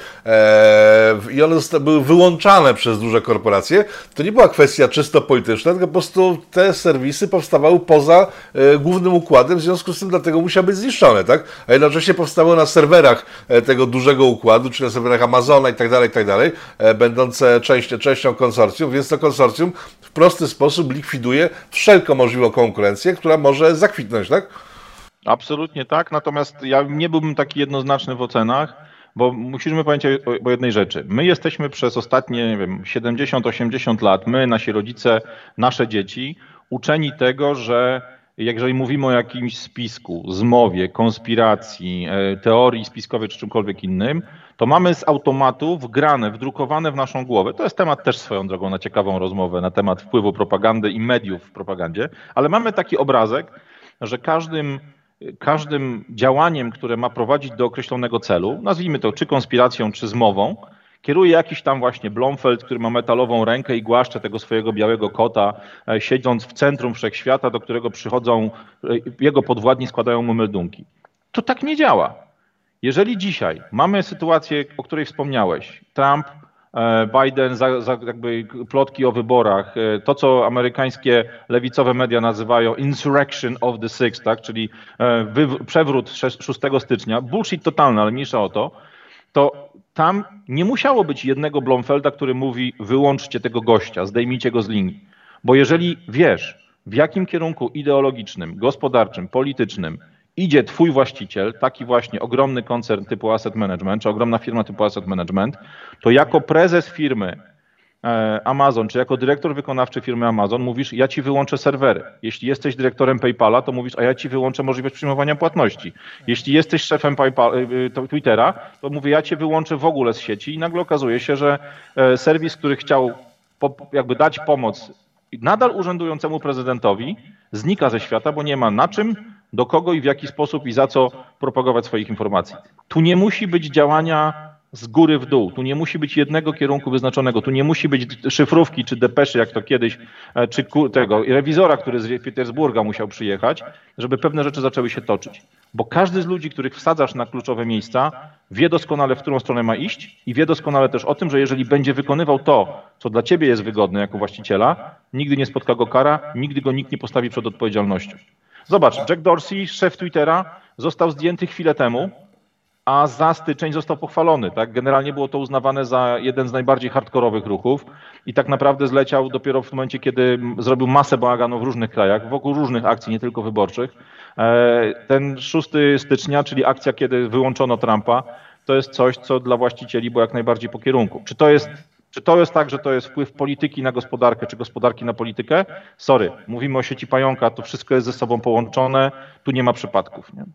Speaker 1: I one były wyłączane przez duże korporacje. To nie była kwestia czysto polityczna, tylko po prostu te serwisy powstawały poza e, głównym układem, w związku z tym dlatego musiały być zniszczone, tak? A jednocześnie powstały na serwerach e, tego dużego układu, czy na serwerach Amazona i tak dalej, i tak dalej, e, będące część, częścią konsorcjum, więc to konsorcjum w prosty sposób likwiduje wszelką możliwą konkurencję, która może zakwitnąć, tak?
Speaker 2: Absolutnie tak, natomiast ja nie byłbym taki jednoznaczny w ocenach, bo musimy pamiętać o jednej rzeczy. My jesteśmy przez ostatnie, nie wiem, siedemdziesiąt osiemdziesiąt lat, my, nasi rodzice, nasze dzieci, uczeni tego, że jeżeli mówimy o jakimś spisku, zmowie, konspiracji, teorii spiskowej czy czymkolwiek innym, to mamy z automatu wgrane, wdrukowane w naszą głowę. To jest temat też swoją drogą na ciekawą rozmowę, na temat wpływu propagandy i mediów w propagandzie, ale mamy taki obrazek, że każdym Każdym działaniem, które ma prowadzić do określonego celu, nazwijmy to czy konspiracją, czy zmową, kieruje jakiś tam właśnie Blomfeld, który ma metalową rękę i głaszcze tego swojego białego kota, siedząc w centrum wszechświata, do którego przychodzą, jego podwładni składają mu meldunki. To tak nie działa. Jeżeli dzisiaj mamy sytuację, o której wspomniałeś, Trump, Biden, za, za jakby plotki o wyborach, to co amerykańskie lewicowe media nazywają insurrection of the sixth, tak, czyli wy, przewrót szóstego stycznia, bullshit totalny, ale mniejsza o to, to tam nie musiało być jednego Blomfelda, który mówi wyłączcie tego gościa, zdejmijcie go z linii. Bo jeżeli wiesz, w jakim kierunku ideologicznym, gospodarczym, politycznym idzie twój właściciel, taki właśnie ogromny koncern typu Asset Management, czy ogromna firma typu Asset Management, to jako prezes firmy Amazon, czy jako dyrektor wykonawczy firmy Amazon mówisz, ja ci wyłączę serwery. Jeśli jesteś dyrektorem PayPala, to mówisz, a ja ci wyłączę możliwość przyjmowania płatności. Jeśli jesteś szefem PayPal, Twittera, to mówię, ja cię wyłączę w ogóle z sieci i nagle okazuje się, że serwis, który chciał jakby dać pomoc nadal urzędującemu prezydentowi, znika ze świata, bo nie ma na czym, do kogo i w jaki sposób i za co propagować swoich informacji. Tu nie musi być działania z góry w dół. Tu nie musi być jednego kierunku wyznaczonego. Tu nie musi być szyfrówki czy depeszy, jak to kiedyś, czy tego rewizora, który z Petersburga musiał przyjechać, żeby pewne rzeczy zaczęły się toczyć. Bo każdy z ludzi, których wsadzasz na kluczowe miejsca, wie doskonale, w którą stronę ma iść i wie doskonale też o tym, że jeżeli będzie wykonywał to, co dla ciebie jest wygodne jako właściciela, nigdy nie spotka go kara, nigdy go nikt nie postawi przed odpowiedzialnością. Zobacz, Jack Dorsey, szef Twittera, został zdjęty chwilę temu, a za styczeń został pochwalony. Tak? Generalnie było to uznawane za jeden z najbardziej hardkorowych ruchów i tak naprawdę zleciał dopiero w momencie, kiedy zrobił masę bałaganu w różnych krajach, wokół różnych akcji, nie tylko wyborczych. Ten szóstego stycznia, czyli akcja, kiedy wyłączono Trumpa, to jest coś, co dla właścicieli było jak najbardziej po kierunku. Czy to jest, czy to jest tak, że to jest wpływ polityki na gospodarkę, czy gospodarki na politykę? Sorry, mówimy o sieci pająka, to wszystko jest ze sobą połączone, tu nie ma przypadków. Nie?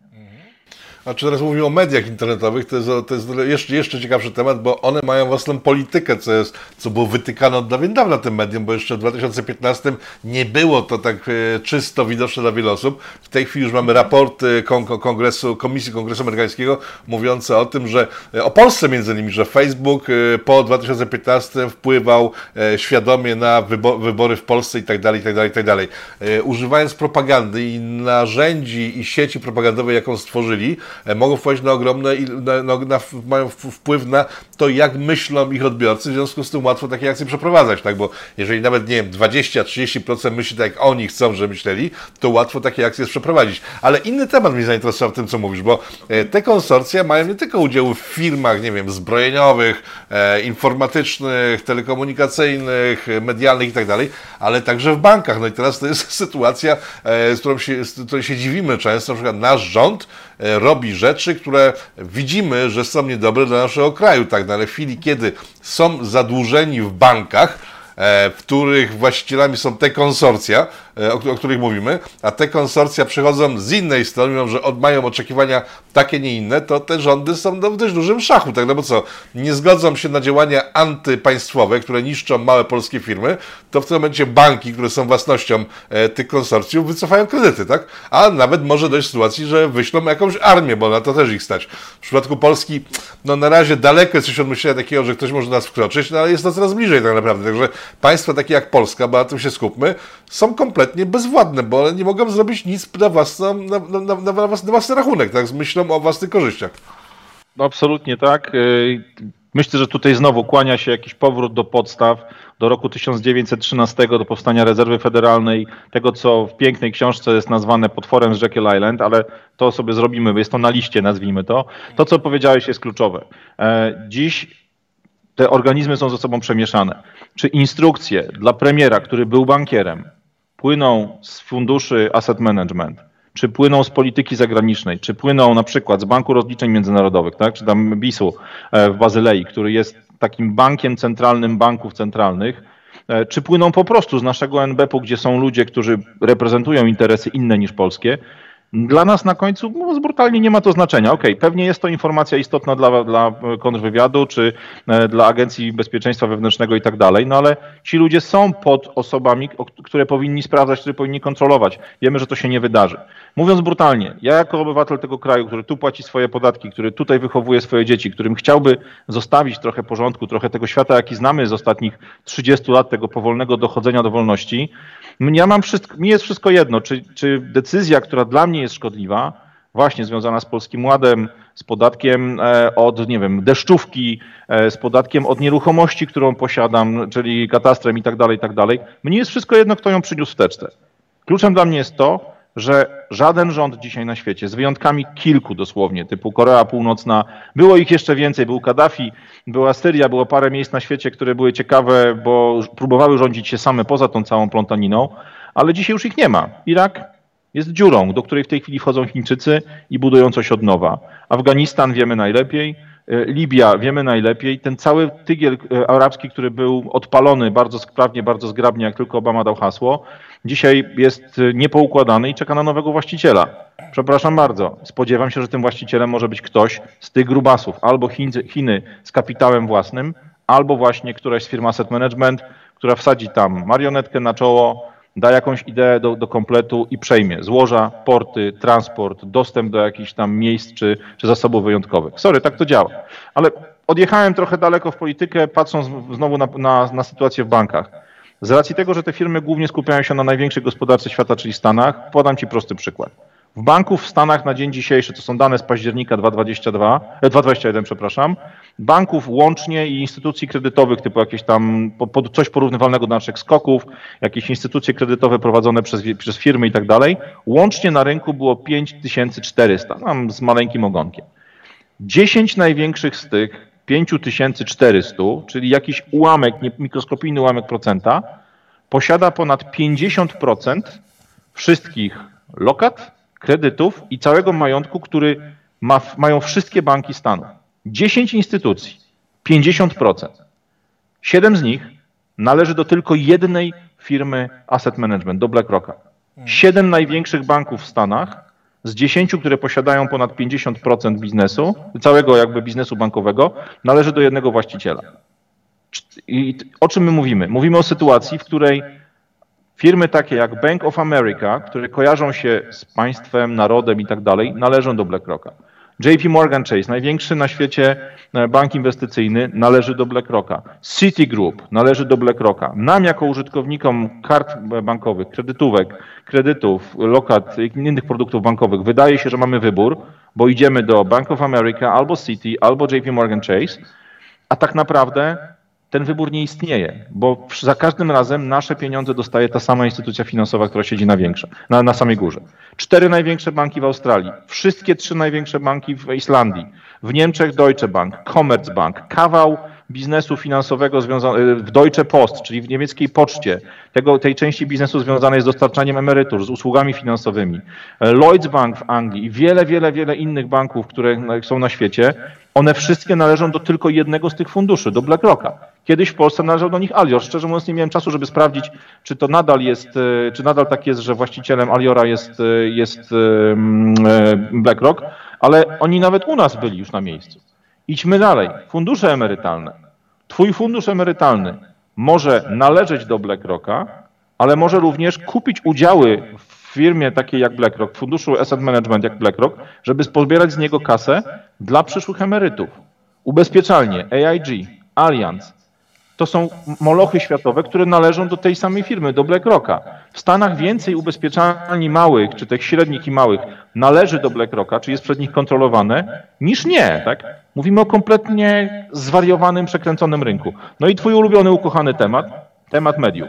Speaker 1: A czy teraz mówimy o mediach internetowych, to jest, to jest jeszcze, jeszcze ciekawszy temat, bo one mają własną politykę, co, jest, co było wytykane od dawien dawna tym mediom, bo jeszcze w dwa tysiące piętnastym nie było to tak czysto widoczne dla wielu osób. W tej chwili już mamy raporty Kongresu, Komisji Kongresu Amerykańskiego mówiące o tym, że o Polsce między innymi, że Facebook po dwa tysiące piętnastym wpływał świadomie na wybory w Polsce i tak dalej, i tak dalej, i tak dalej. Używając propagandy i narzędzi i sieci propagandowej, jaką stworzyli, mogą wpływać na ogromne, na, na, na, mają wpływ na to, jak myślą ich odbiorcy, w związku z tym łatwo takie akcje przeprowadzać, tak? Bo jeżeli nawet, nie wiem, dwadzieścia do trzydziestu procent myśli tak, jak oni chcą, że myśleli, to łatwo takie akcje przeprowadzić. Ale inny temat mnie zainteresował w tym, co mówisz, bo te konsorcja mają nie tylko udział w firmach, nie wiem, zbrojeniowych, e, informatycznych, telekomunikacyjnych, medialnych i tak dalej, ale także w bankach. No i teraz to jest sytuacja, e, z którą się, z której się dziwimy często, na przykład nasz rząd e, robi rzeczy, które widzimy, że są niedobre dla naszego kraju, tak, no ale w chwili, kiedy są zadłużeni w bankach, w których właścicielami są te konsorcja, o, o których mówimy, a te konsorcja przychodzą z innej strony, mimo że od, mają oczekiwania takie, nie inne, to te rządy są w dość dużym szachu, tak, no bo co, nie zgodzą się na działania antypaństwowe, które niszczą małe polskie firmy, to w tym momencie banki, które są własnością e, tych konsorcjów, wycofają kredyty, tak, a nawet może dojść do sytuacji, że wyślą jakąś armię, bo na to też ich stać. W przypadku Polski, no na razie daleko jesteś od myślenia takiego, że ktoś może nas wkroczyć, no ale jest to coraz bliżej tak naprawdę, także państwa takie jak Polska, bo na tym się skupmy, są kompletnie bezwładne, bo one nie mogą zrobić nic na, własną, na, na, na, na, własny, na własny rachunek, tak, z myślą o własnych korzyściach.
Speaker 2: No absolutnie tak. Myślę, że tutaj znowu kłania się jakiś powrót do podstaw, do roku tysiąc dziewięćset trzynastego, do powstania Rezerwy Federalnej, tego, co w pięknej książce jest nazwane potworem z Jekyll Island, ale to sobie zrobimy, bo jest to na liście, nazwijmy to. To, co powiedziałeś, jest kluczowe. Dziś te organizmy są ze sobą przemieszane. Czy instrukcje dla premiera, który był bankierem, płyną z funduszy asset management, czy płyną z polityki zagranicznej, czy płyną na przykład z Banku Rozliczeń Międzynarodowych, tak, czy tam B I S-u w Bazylei, który jest takim bankiem centralnym banków centralnych, czy płyną po prostu z naszego N B P u, gdzie są ludzie, którzy reprezentują interesy inne niż polskie. Dla nas na końcu, mówiąc brutalnie, nie ma to znaczenia. Okej, okay, pewnie jest to informacja istotna dla, dla kontrwywiadu, czy dla Agencji Bezpieczeństwa Wewnętrznego i tak dalej, no ale ci ludzie są pod osobami, które powinni sprawdzać, które powinni kontrolować. Wiemy, że to się nie wydarzy. Mówiąc brutalnie, ja jako obywatel tego kraju, który tu płaci swoje podatki, który tutaj wychowuje swoje dzieci, którym chciałby zostawić trochę porządku, trochę tego świata, jaki znamy z ostatnich trzydziestu lat, tego powolnego dochodzenia do wolności, ja mam wszystko, mi jest wszystko jedno, czy, czy decyzja, która dla mnie jest szkodliwa, właśnie związana z Polskim Ładem, z podatkiem od, nie wiem, deszczówki, z podatkiem od nieruchomości, którą posiadam, czyli katastrem i tak dalej, i tak dalej. Mnie jest wszystko jedno, kto ją przyniósł w teczce. Kluczem dla mnie jest to, że żaden rząd dzisiaj na świecie, z wyjątkami kilku dosłownie, typu Korea Północna, było ich jeszcze więcej, był Kaddafi, była Syria, było parę miejsc na świecie, które były ciekawe, bo próbowały rządzić się same poza tą całą plątaniną, ale dzisiaj już ich nie ma. Irak jest dziurą, do której w tej chwili wchodzą Chińczycy i budują coś od nowa. Afganistan wiemy najlepiej, Libia wiemy najlepiej. Ten cały tygiel arabski, który był odpalony bardzo sprawnie, bardzo zgrabnie, jak tylko Obama dał hasło, dzisiaj jest niepoukładany i czeka na nowego właściciela. Przepraszam bardzo, spodziewam się, że tym właścicielem może być ktoś z tych grubasów, albo Chiny, Chiny z kapitałem własnym, albo właśnie któraś z firm asset management, która wsadzi tam marionetkę na czoło, da jakąś ideę do, do kompletu i przejmie złoża, porty, transport, dostęp do jakichś tam miejsc czy, czy zasobów wyjątkowych. Sorry, tak to działa. Ale odjechałem trochę daleko w politykę, patrząc znowu na, na, na sytuację w bankach. Z racji tego, że te firmy głównie skupiają się na największej gospodarce świata, czyli Stanach, podam Ci prosty przykład. W banków w Stanach na dzień dzisiejszy, to są dane z października dwa tysiące dwudziestego drugiego, dwa tysiące dwudziestego pierwszego, przepraszam, banków łącznie i instytucji kredytowych typu jakieś tam po, coś porównywalnego do naszych skoków, jakieś instytucje kredytowe prowadzone przez, przez firmy i tak dalej, łącznie na rynku było pięć tysięcy czterysta, tam z maleńkim ogonkiem. dziesięć największych z tych pięć tysięcy czterysta, czyli jakiś ułamek, mikroskopijny ułamek procenta, posiada ponad pięćdziesiąt procent wszystkich lokat, kredytów i całego majątku, który ma, mają wszystkie banki stanu. dziesięć instytucji, pięćdziesiąt procent. siedem z nich należy do tylko jednej firmy asset management, do BlackRocka. siedem największych banków w Stanach, z dziesięciu, które posiadają ponad pięćdziesiąt procent biznesu, całego jakby biznesu bankowego, należy do jednego właściciela. I o czym my mówimy? Mówimy o sytuacji, w której firmy takie jak Bank of America, które kojarzą się z państwem, narodem i tak dalej, należą do BlackRocka. J P Morgan Chase, największy na świecie bank inwestycyjny, należy do BlackRocka. Citigroup należy do BlackRocka. Nam jako użytkownikom kart bankowych, kredytówek, kredytów, lokat i innych produktów bankowych wydaje się, że mamy wybór, bo idziemy do Bank of America albo Citi, albo J P Morgan Chase, a tak naprawdę ten wybór nie istnieje, bo za każdym razem nasze pieniądze dostaje ta sama instytucja finansowa, która siedzi na, większe, na, na samej górze. Cztery największe banki w Australii, wszystkie trzy największe banki w Islandii, w Niemczech Deutsche Bank, Commerzbank, kawał biznesu finansowego związany w Deutsche Post, czyli w niemieckiej poczcie, tego, tej części biznesu związanej z dostarczaniem emerytur, z usługami finansowymi, Lloyds Bank w Anglii i wiele, wiele, wiele innych banków, które są na świecie, one wszystkie należą do tylko jednego z tych funduszy, do BlackRocka. Kiedyś w Polsce należał do nich Alior. Szczerze mówiąc nie miałem czasu, żeby sprawdzić, czy to nadal jest, czy nadal tak jest, że właścicielem Aliora jest, jest BlackRock, ale oni nawet u nas byli już na miejscu. Idźmy dalej. Fundusze emerytalne. Twój fundusz emerytalny może należeć do BlackRocka, ale może również kupić udziały w firmie takiej jak BlackRock, w funduszu asset management jak BlackRock, żeby pozbierać z niego kasę dla przyszłych emerytów. Ubezpieczalnie, A I G, Allianz. To są molochy światowe, które należą do tej samej firmy, do BlackRocka. W Stanach więcej ubezpieczalni małych, czy tych średnich i małych, należy do BlackRocka, czy jest przez nich kontrolowane, niż nie. Tak? Mówimy o kompletnie zwariowanym, przekręconym rynku. No i twój ulubiony, ukochany temat, temat mediów.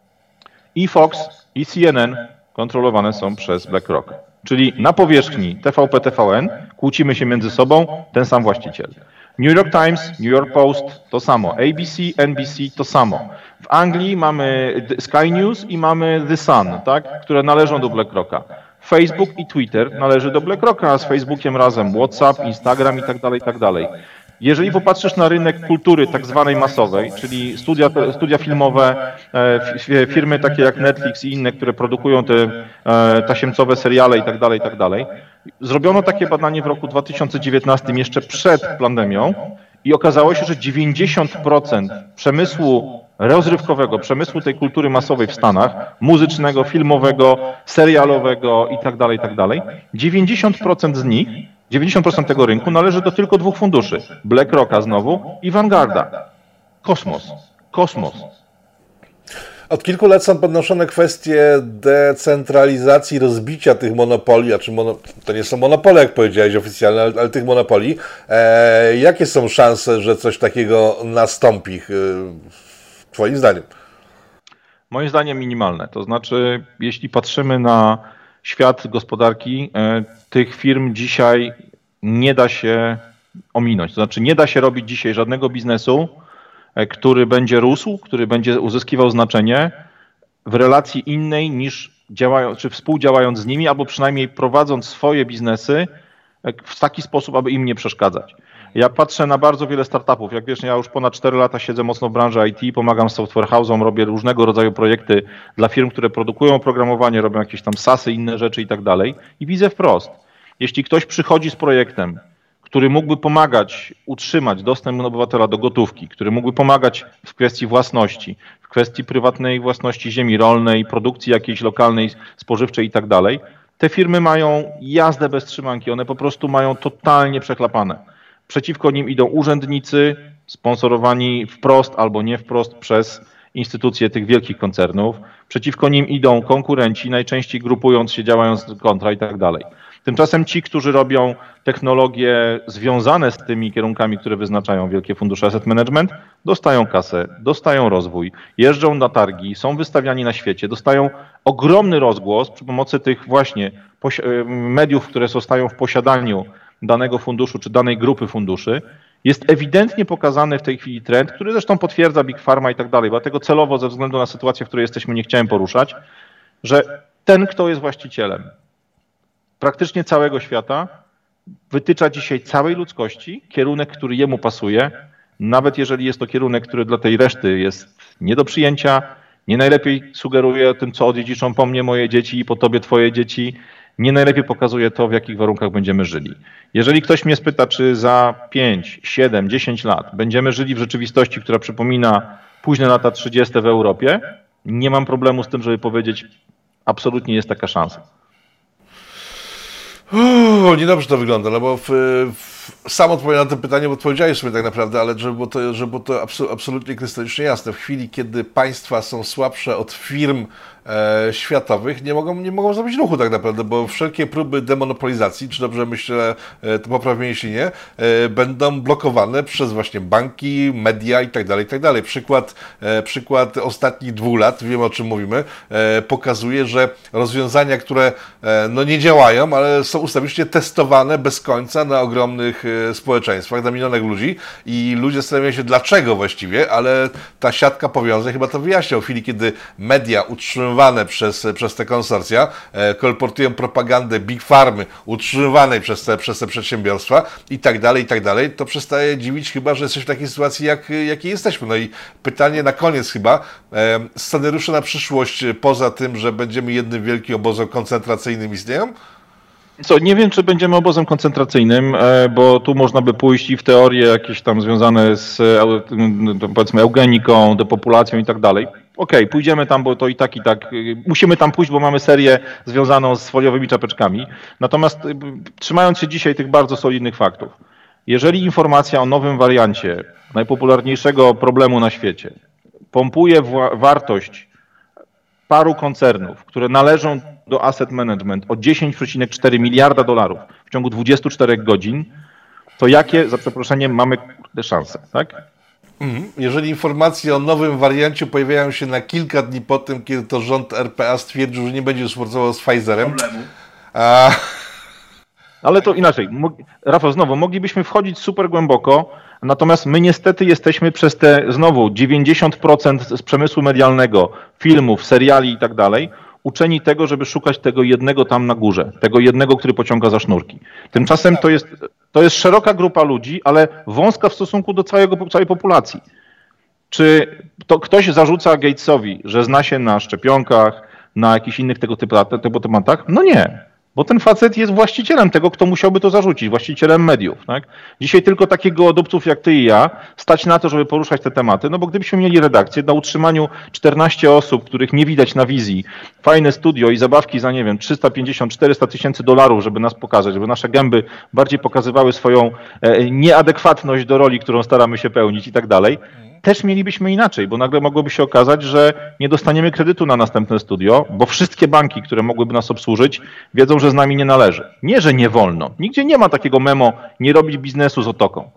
Speaker 2: I Fox, i C N N kontrolowane są przez BlackRock. Czyli na powierzchni T V P, T V N kłócimy się między sobą ten sam właściciel. New York Times, New York Post to samo, A B C, N B C to samo. W Anglii mamy Sky News i mamy The Sun, tak, które należą do BlackRocka. Facebook i Twitter należy do BlackRocka, a z Facebookiem razem WhatsApp, Instagram i tak dalej, i tak dalej. Jeżeli popatrzysz na rynek kultury tak zwanej masowej, czyli studia, studia filmowe, firmy takie jak Netflix i inne, które produkują te tasiemcowe seriale i tak dalej, i tak dalej, zrobiono takie badanie w roku dwa tysiące dziewiętnastym, jeszcze przed pandemią i okazało się, że dziewięćdziesiąt procent przemysłu rozrywkowego, przemysłu tej kultury masowej w Stanach, muzycznego, filmowego, serialowego i tak dalej, i tak dalej, dziewięćdziesiąt procent z nich, dziewięćdziesiąt procent tego rynku należy do tylko dwóch funduszy. BlackRocka znowu i Vanguarda. Kosmos. Kosmos.
Speaker 1: Od kilku lat są podnoszone kwestie decentralizacji, rozbicia tych monopoli, a czy mono, to nie są monopole, jak powiedziałeś oficjalnie, ale, ale tych monopoli. E, jakie są szanse, że coś takiego nastąpi, e, twoim zdaniem?
Speaker 2: Moim zdaniem minimalne. To znaczy, jeśli patrzymy na świat gospodarki, tych firm dzisiaj nie da się ominąć. To znaczy nie da się robić dzisiaj żadnego biznesu, który będzie rósł, który będzie uzyskiwał znaczenie w relacji innej niż działając, czy współdziałając z nimi, albo przynajmniej prowadząc swoje biznesy w taki sposób, aby im nie przeszkadzać. Ja patrzę na bardzo wiele startupów. Jak wiesz, ja już ponad cztery lata siedzę mocno w branży I T, pomagam software house'om, robię różnego rodzaju projekty dla firm, które produkują oprogramowanie, robią jakieś tam sasy, inne rzeczy i tak dalej. I widzę wprost, jeśli ktoś przychodzi z projektem, który mógłby pomagać utrzymać dostęp obywatela do gotówki, który mógłby pomagać w kwestii własności, w kwestii prywatnej własności ziemi rolnej, produkcji jakiejś lokalnej, spożywczej i tak dalej, te firmy mają jazdę bez trzymanki, one po prostu mają totalnie przeklapane. Przeciwko nim idą urzędnicy sponsorowani wprost albo nie wprost przez instytucje tych wielkich koncernów. Przeciwko nim idą konkurenci, najczęściej grupując się, działając kontra i tak dalej. Tymczasem ci, którzy robią technologie związane z tymi kierunkami, które wyznaczają wielkie fundusze asset management, dostają kasę, dostają rozwój, jeżdżą na targi, są wystawiani na świecie, dostają ogromny rozgłos przy pomocy tych właśnie mediów, które zostają w posiadaniu danego funduszu czy danej grupy funduszy. Jest ewidentnie pokazany w tej chwili trend, który zresztą potwierdza Big Pharma i tak dalej, dlatego celowo ze względu na sytuację, w której jesteśmy, nie chciałem poruszać, że ten, kto jest właścicielem praktycznie całego świata, wytycza dzisiaj całej ludzkości kierunek, który jemu pasuje, nawet jeżeli jest to kierunek, który dla tej reszty jest nie do przyjęcia, nie najlepiej sugeruje tym, co odziedziczą po mnie moje dzieci i po tobie twoje dzieci, nie najlepiej pokazuje to, w jakich warunkach będziemy żyli. Jeżeli ktoś mnie spyta, czy za pięć, siedem, dziesięć lat będziemy żyli w rzeczywistości, która przypomina późne lata trzydzieste w Europie, nie mam problemu z tym, żeby powiedzieć, absolutnie jest taka szansa.
Speaker 1: Uuu, niedobrze to wygląda, no bo w, w, sam odpowiem na to pytanie, bo odpowiedziałeś sobie tak naprawdę, ale żeby było to, żeby było to absol, absolutnie krystalicznie jasne. W chwili, kiedy państwa są słabsze od firm e, światowych, nie mogą, nie mogą zrobić ruchu tak naprawdę, bo wszelkie próby demonopolizacji, czy dobrze myślę, e, to poprawnie jeśli nie, e, będą blokowane przez właśnie banki, media i tak dalej, i tak dalej. Przykład, e, przykład ostatnich dwóch lat, wiemy o czym mówimy, e, pokazuje, że rozwiązania, które e, no nie działają, ale są ustawicznie testowane bez końca na ogromnych e, społeczeństwach, na milionach ludzi i ludzie zastanawiają się dlaczego właściwie, ale ta siatka powiązań chyba to wyjaśnia. W chwili, kiedy media utrzymywane przez, przez te konsorcja e, kolportują propagandę Big Pharmy utrzymywanej przez te, przez te przedsiębiorstwa i tak dalej, i tak dalej, to przestaje dziwić chyba, że jesteśmy w takiej sytuacji, jak, jakiej jesteśmy. No i pytanie na koniec chyba, e, scenariusze na przyszłość poza tym, że będziemy jednym wielkim obozem koncentracyjnym istnieją?
Speaker 2: Co, nie wiem, czy będziemy obozem koncentracyjnym, bo tu można by pójść i w teorie jakieś tam związane z, powiedzmy, eugeniką, depopulacją i tak dalej. Okej, pójdziemy tam, bo to i tak, i tak. Musimy tam pójść, bo mamy serię związaną z foliowymi czapeczkami. Natomiast trzymając się dzisiaj tych bardzo solidnych faktów, jeżeli informacja o nowym wariancie najpopularniejszego problemu na świecie pompuje wartość paru koncernów, które należą do asset management o dziesięć przecinek cztery miliarda dolarów w ciągu dwudziestu czterech godzin, to jakie, za przeproszeniem, mamy szanse, tak?
Speaker 1: Jeżeli informacje o nowym wariancie pojawiają się na kilka dni po tym, kiedy to rząd R P A stwierdził, że nie będzie współpracował z Pfizerem. A...
Speaker 2: Ale to inaczej. Rafał, znowu, moglibyśmy wchodzić super głęboko, natomiast my niestety jesteśmy przez te, znowu, dziewięćdziesiąt procent z przemysłu medialnego, filmów, seriali i tak dalej, uczeni tego, żeby szukać tego jednego tam na górze, tego jednego, który pociąga za sznurki. Tymczasem to jest, to jest szeroka grupa ludzi, ale wąska w stosunku do całego, całej populacji. Czy to ktoś zarzuca Gatesowi, że zna się na szczepionkach, na jakichś innych tego typu tematach? No nie. Bo ten facet jest właścicielem tego, kto musiałby to zarzucić, właścicielem mediów. Tak? Dzisiaj tylko takich gołodupców jak ty i ja stać na to, żeby poruszać te tematy, no bo gdybyśmy mieli redakcję na utrzymaniu czternaście osób, których nie widać na wizji, fajne studio i zabawki za, nie wiem, trzysta pięćdziesiąt czterysta tysięcy dolarów, żeby nas pokazać, żeby nasze gęby bardziej pokazywały swoją e, nieadekwatność do roli, którą staramy się pełnić i tak dalej, też mielibyśmy inaczej, bo nagle mogłoby się okazać, że nie dostaniemy kredytu na następne studio, bo wszystkie banki, które mogłyby nas obsłużyć, wiedzą, że z nami nie należy. Nie, że nie wolno. Nigdzie nie ma takiego memo, nie robić biznesu z Otoką.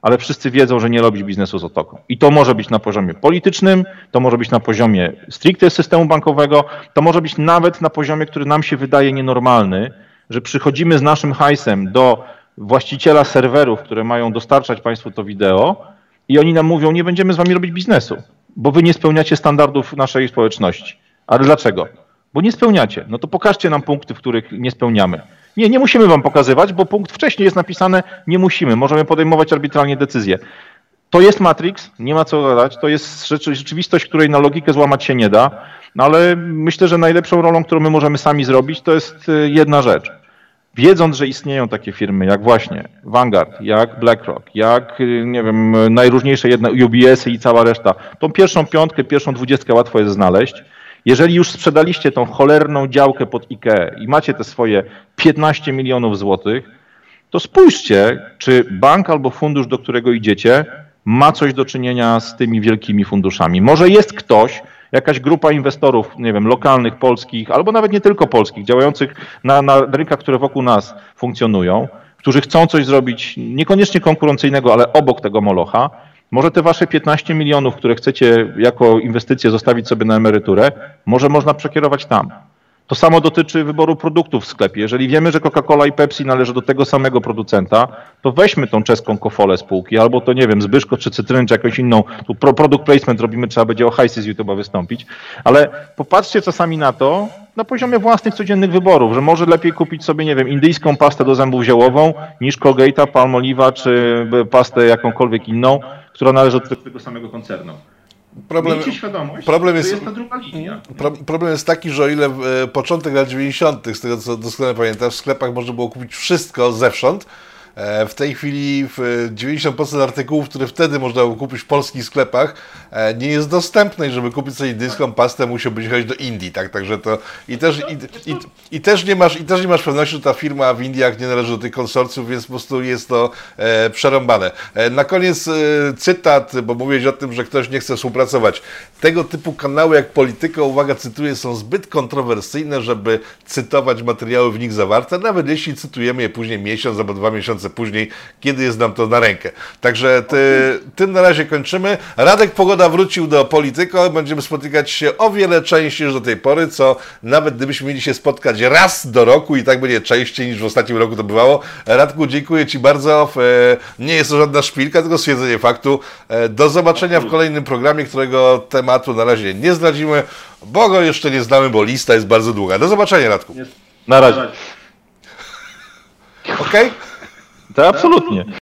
Speaker 2: ale wszyscy wiedzą, że nie robisz biznesu z Otoką. I to może być na poziomie politycznym, to może być na poziomie stricte systemu bankowego, to może być nawet na poziomie, który nam się wydaje nienormalny, że przychodzimy z naszym hajsem do właściciela serwerów, które mają dostarczać Państwu to wideo i oni nam mówią, nie będziemy z Wami robić biznesu, bo Wy nie spełniacie standardów naszej społeczności. Ale dlaczego? Bo nie spełniacie. No to pokażcie nam punkty, w których nie spełniamy. Nie, nie musimy Wam pokazywać, bo punkt wcześniej jest napisane, nie musimy, możemy podejmować arbitralnie decyzje. To jest Matrix, nie ma co gadać, to jest rzeczywistość, której na logikę złamać się nie da, no ale myślę, że najlepszą rolą, którą my możemy sami zrobić, to jest jedna rzecz. Wiedząc, że istnieją takie firmy jak właśnie Vanguard, jak BlackRock, jak nie wiem, najróżniejsze jedne U B S y i cała reszta, tą pierwszą piątkę, pierwszą dwudziestkę łatwo jest znaleźć. Jeżeli już sprzedaliście tą cholerną działkę pod IKEA i macie te swoje piętnaście milionów złotych, to spójrzcie, czy bank albo fundusz, do którego idziecie, ma coś do czynienia z tymi wielkimi funduszami. Może jest ktoś, jakaś grupa inwestorów, nie wiem, lokalnych, polskich, albo nawet nie tylko polskich, działających na, na rynkach, które wokół nas funkcjonują, którzy chcą coś zrobić niekoniecznie konkurencyjnego, ale obok tego molocha. Może te wasze piętnaście milionów, które chcecie jako inwestycje zostawić sobie na emeryturę, może można przekierować tam. To samo dotyczy wyboru produktów w sklepie. Jeżeli wiemy, że Coca-Cola i Pepsi należy do tego samego producenta, to weźmy tą czeską kofolę spółki, albo to nie wiem, Zbyszko czy Cytryn, czy jakąś inną, tu product placement robimy, trzeba będzie o hajsy z YouTube'a wystąpić, ale popatrzcie czasami na to, na poziomie własnych codziennych wyborów, że może lepiej kupić sobie, nie wiem, indyjską pastę do zębów ziołową niż Colgate'a, Palmolive'a czy pastę jakąkolwiek inną, która należy do tego samego koncernu.
Speaker 1: Problem,
Speaker 2: Miejcie świadomość,
Speaker 1: problem jest,
Speaker 2: to jest ta druga linia.
Speaker 1: Pro, problem jest taki, że o ile w e, początek lat dziewięćdziesiątych, z tego co doskonale pamiętam, w sklepach można było kupić wszystko zewsząd, e, w tej chwili w dziewięćdziesiąt procent artykułów, które wtedy można było kupić w polskich sklepach, e, nie jest dostępne i żeby kupić sobie indyjską pastę, musiałby jechać do Indii, tak? Także to i też, i, i, i, też nie masz, i też nie masz pewności, że ta firma w Indiach nie należy do tych konsorcjów, więc po prostu jest to e, przerąbane. E, na koniec e, cytat, bo mówiłeś o tym, że ktoś nie chce współpracować. Tego typu kanały jak Polityka, uwaga, cytuję, są zbyt kontrowersyjne, żeby cytować materiały w nich zawarte, nawet jeśli cytujemy je później miesiąc albo dwa miesiące później, kiedy jest nam to na rękę. Także ty, tym na razie kończymy. Radek Pogoda wrócił do Polityko, będziemy spotykać się o wiele częściej niż do tej pory, co nawet gdybyśmy mieli się spotkać raz do roku i tak będzie częściej niż w ostatnim roku to bywało. Radku, dziękuję Ci bardzo. Nie jest to żadna szpilka, tylko stwierdzenie faktu. Do zobaczenia w kolejnym programie, którego tematu na razie nie zdradzimy, bo go jeszcze nie znamy, bo lista jest bardzo długa. Do zobaczenia, Radku.
Speaker 2: Na razie.
Speaker 1: Okej?
Speaker 2: To absolutnie.